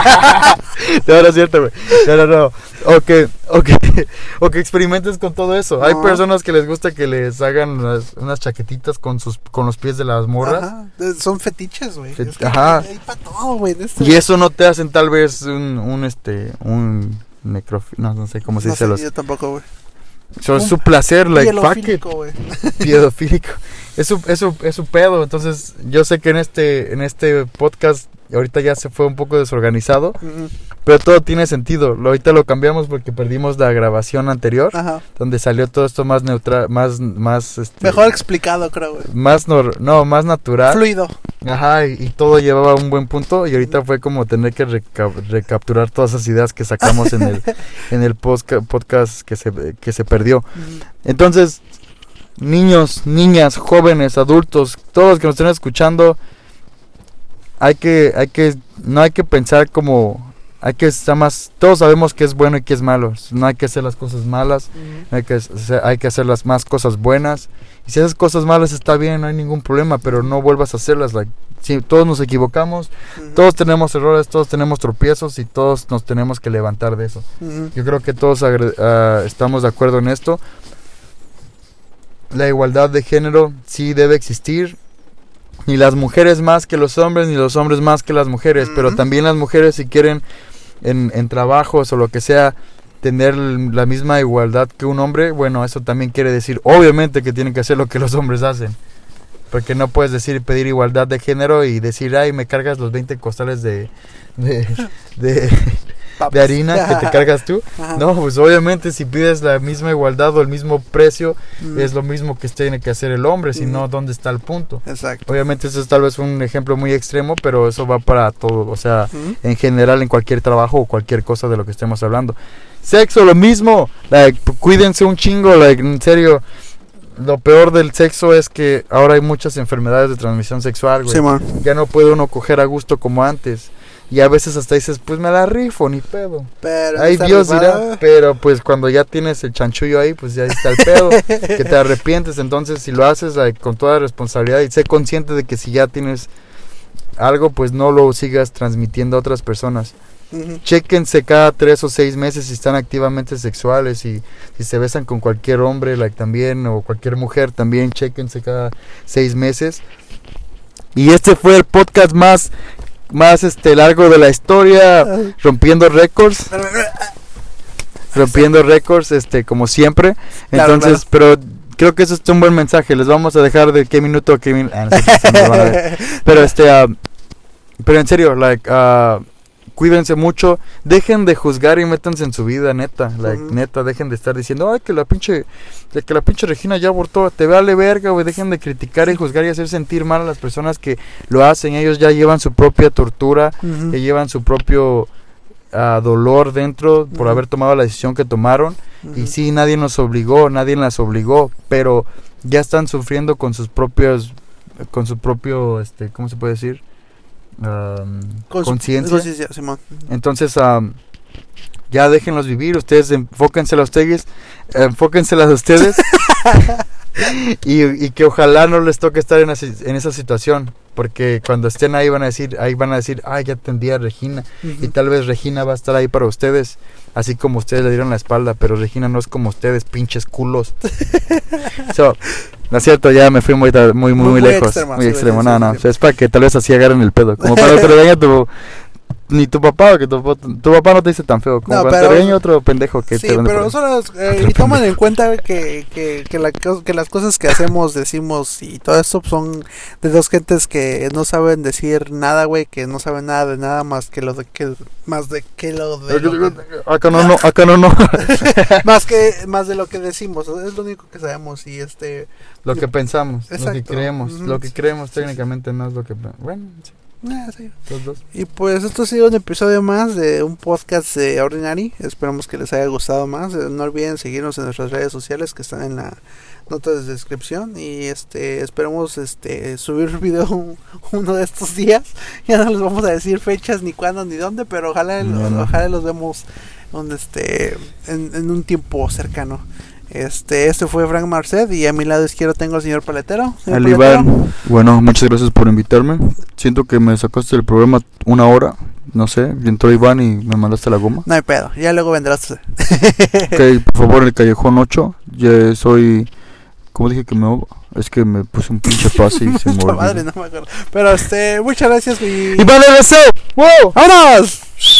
No, no es cierto, güey. No, no, no. O que, o que, o que experimentes con todo eso. Hay No. personas que les gusta que les hagan unas, unas chaquetitas con sus, con los pies de las morras. Ajá. Eh, Son fetiches, güey. Fet- Es que ajá. Hay para todo, güey. de este- Y eso no te hacen tal vez un, un este, un necrofi... No, no sé cómo se No dice sé, los... yo tampoco, güey. So, es un su placer, like, fuck it. Pielofílico, güey. Piedofílico. Es su, es, su, es su pedo. Entonces, yo sé que en este, en este podcast ahorita ya se fue un poco desorganizado, Ujú. pero todo tiene sentido. Lo- Ahorita lo cambiamos porque perdimos la grabación anterior, Ajá. donde salió todo esto más neutral, más, más, este, Mejor explicado, creo, güey. más nor- no, más natural. Fluido. Ajá, y, y todo llevaba un buen punto y ahorita fue como tener que reca- recapturar todas esas ideas que sacamos en el, en el posca- podcast que se, que se perdió. Ujú. Entonces, niños, niñas, jóvenes, adultos, todos los que nos estén escuchando, hay que, hay que, no hay que pensar como, hay que estar más, todos sabemos que es bueno y que es malo, no hay que hacer las cosas malas, Ujú. hay que, hacer- hay que hacer las más cosas buenas, y si haces cosas malas está bien, no hay ningún problema, pero no vuelvas a hacerlas, like, si todos nos equivocamos, Ujú. todos tenemos errores, todos tenemos tropiezos y todos nos tenemos que levantar de eso. Ujú. Yo creo que todos agre- ah, estamos de acuerdo en esto. La igualdad de género sí debe existir. Ni las mujeres más que los hombres, ni los hombres más que las mujeres. Pero Ujú. también las mujeres, si quieren en, en trabajos o lo que sea, tener l- la misma igualdad que un hombre, bueno, eso también quiere decir, obviamente, que tienen que hacer lo que los hombres hacen. Porque no puedes decir pedir igualdad de género y decir, ay, me cargas los veinte costales de... de, de de harina que te cargas tú. Ajá. No, pues obviamente si pides la misma igualdad o el mismo precio, mm. es lo mismo que tiene que hacer el hombre, si mm. no, ¿dónde está el punto? Exacto. Obviamente eso es tal vez un ejemplo muy extremo, pero eso va para todo, o sea, mm. en general en cualquier trabajo o cualquier cosa de lo que estemos hablando. Sexo, lo mismo, like, cuídense un chingo, like, en serio. Lo peor del sexo es que ahora hay muchas enfermedades de transmisión sexual, güey. Sí, ya no puede uno coger a gusto como antes. Y a veces hasta dices, pues me la rifo, ni pedo. Pero ahí Dios dirá, pero pues cuando ya tienes el chanchullo ahí, pues ya está el pedo. Que te arrepientes, entonces si lo haces like, con toda responsabilidad y sé consciente de que si ya tienes algo, pues no lo sigas transmitiendo a otras personas. Uh-huh. Chéquense cada tres o seis meses si están activamente sexuales y si se besan con cualquier hombre, like, también, o cualquier mujer también, chéquense cada seis meses. Y este fue el podcast más... más este largo de la historia, rompiendo récords, rompiendo récords, este como siempre. Entonces, claro, pero creo que eso es un buen mensaje. Les vamos a dejar de qué minuto a qué minuto. Ah, no sé si van a ver. Pero este, uh, pero en serio, like, uh, cuídense mucho, dejen de juzgar y métanse en su vida, neta, like, uh-huh. neta, dejen de estar diciendo, ay, que la pinche, de que la pinche Regina ya abortó, te vale verga, güey, dejen de criticar y juzgar y hacer sentir mal a las personas que lo hacen. Ellos ya llevan su propia tortura, uh-huh. ya llevan su propio uh, dolor dentro uh-huh. por haber tomado la decisión que tomaron, uh-huh. y sí, nadie nos obligó, nadie las obligó, pero ya están sufriendo con sus propios, con su propio, este, ¿cómo se puede decir? Um, conciencia. Entonces um, ya déjenlos vivir, ustedes enfóquense a ustedes, enfóquense a ustedes y, y que ojalá no les toque estar en, en esa situación, porque cuando estén ahí van a decir, ahí van a decir, ay, ya atendí a Regina, uh-huh. y tal vez Regina va a estar ahí para ustedes, así como ustedes le dieron la espalda, pero Regina no es como ustedes, pinches culos. So, no es cierto, ya me fui muy muy muy, muy, muy lejos, extrema, muy sí, extremo, sí, no, no, sí, sí. Es para que tal vez así agarren el pedo, como para que te regañe tu ni tu papá, que tu, tu papá no te dice tan feo, como no, cuando pero, te regaña otro pendejo que sí, te pero solo eh, y toman en cuenta que que que, la, que las cosas que hacemos, decimos y todo eso son de dos gentes que no saben decir nada, güey, que no saben nada de nada más que lo de que más de que lo de lo que, acá no no acá no no más que más de lo que decimos, es lo único que sabemos y este lo que pensamos, exacto. Lo que creemos, mm-hmm. lo que creemos técnicamente no es lo que bueno, sí. Ah, sí. Los dos. Y pues esto ha sido un episodio más de un podcast de Ordinary. Esperamos que les haya gustado más. No olviden seguirnos en nuestras redes sociales que están en la nota de descripción. Y este esperemos este subir el video uno de estos días. Ya no les vamos a decir fechas ni cuándo ni dónde, pero ojalá no, no. ojalá los vemos un, este en, en un tiempo cercano. Este, este fue Frank Marcet y a mi lado izquierdo tengo al señor Paletero. Señor Al Iván. Bueno, muchas gracias por invitarme. Siento que me sacaste del programa una hora, no sé, entró Iván y me mandaste la goma. No hay pedo, ya luego vendrás. Ok, por favor, el Callejón ocho, ya soy, ¿cómo dije que me es que me puse un pinche pase y se me olvidó. Madre, no me acuerdo. Pero este, muchas gracias y... ¡Iván el deseo! ¡Wow! ¡Vámonos!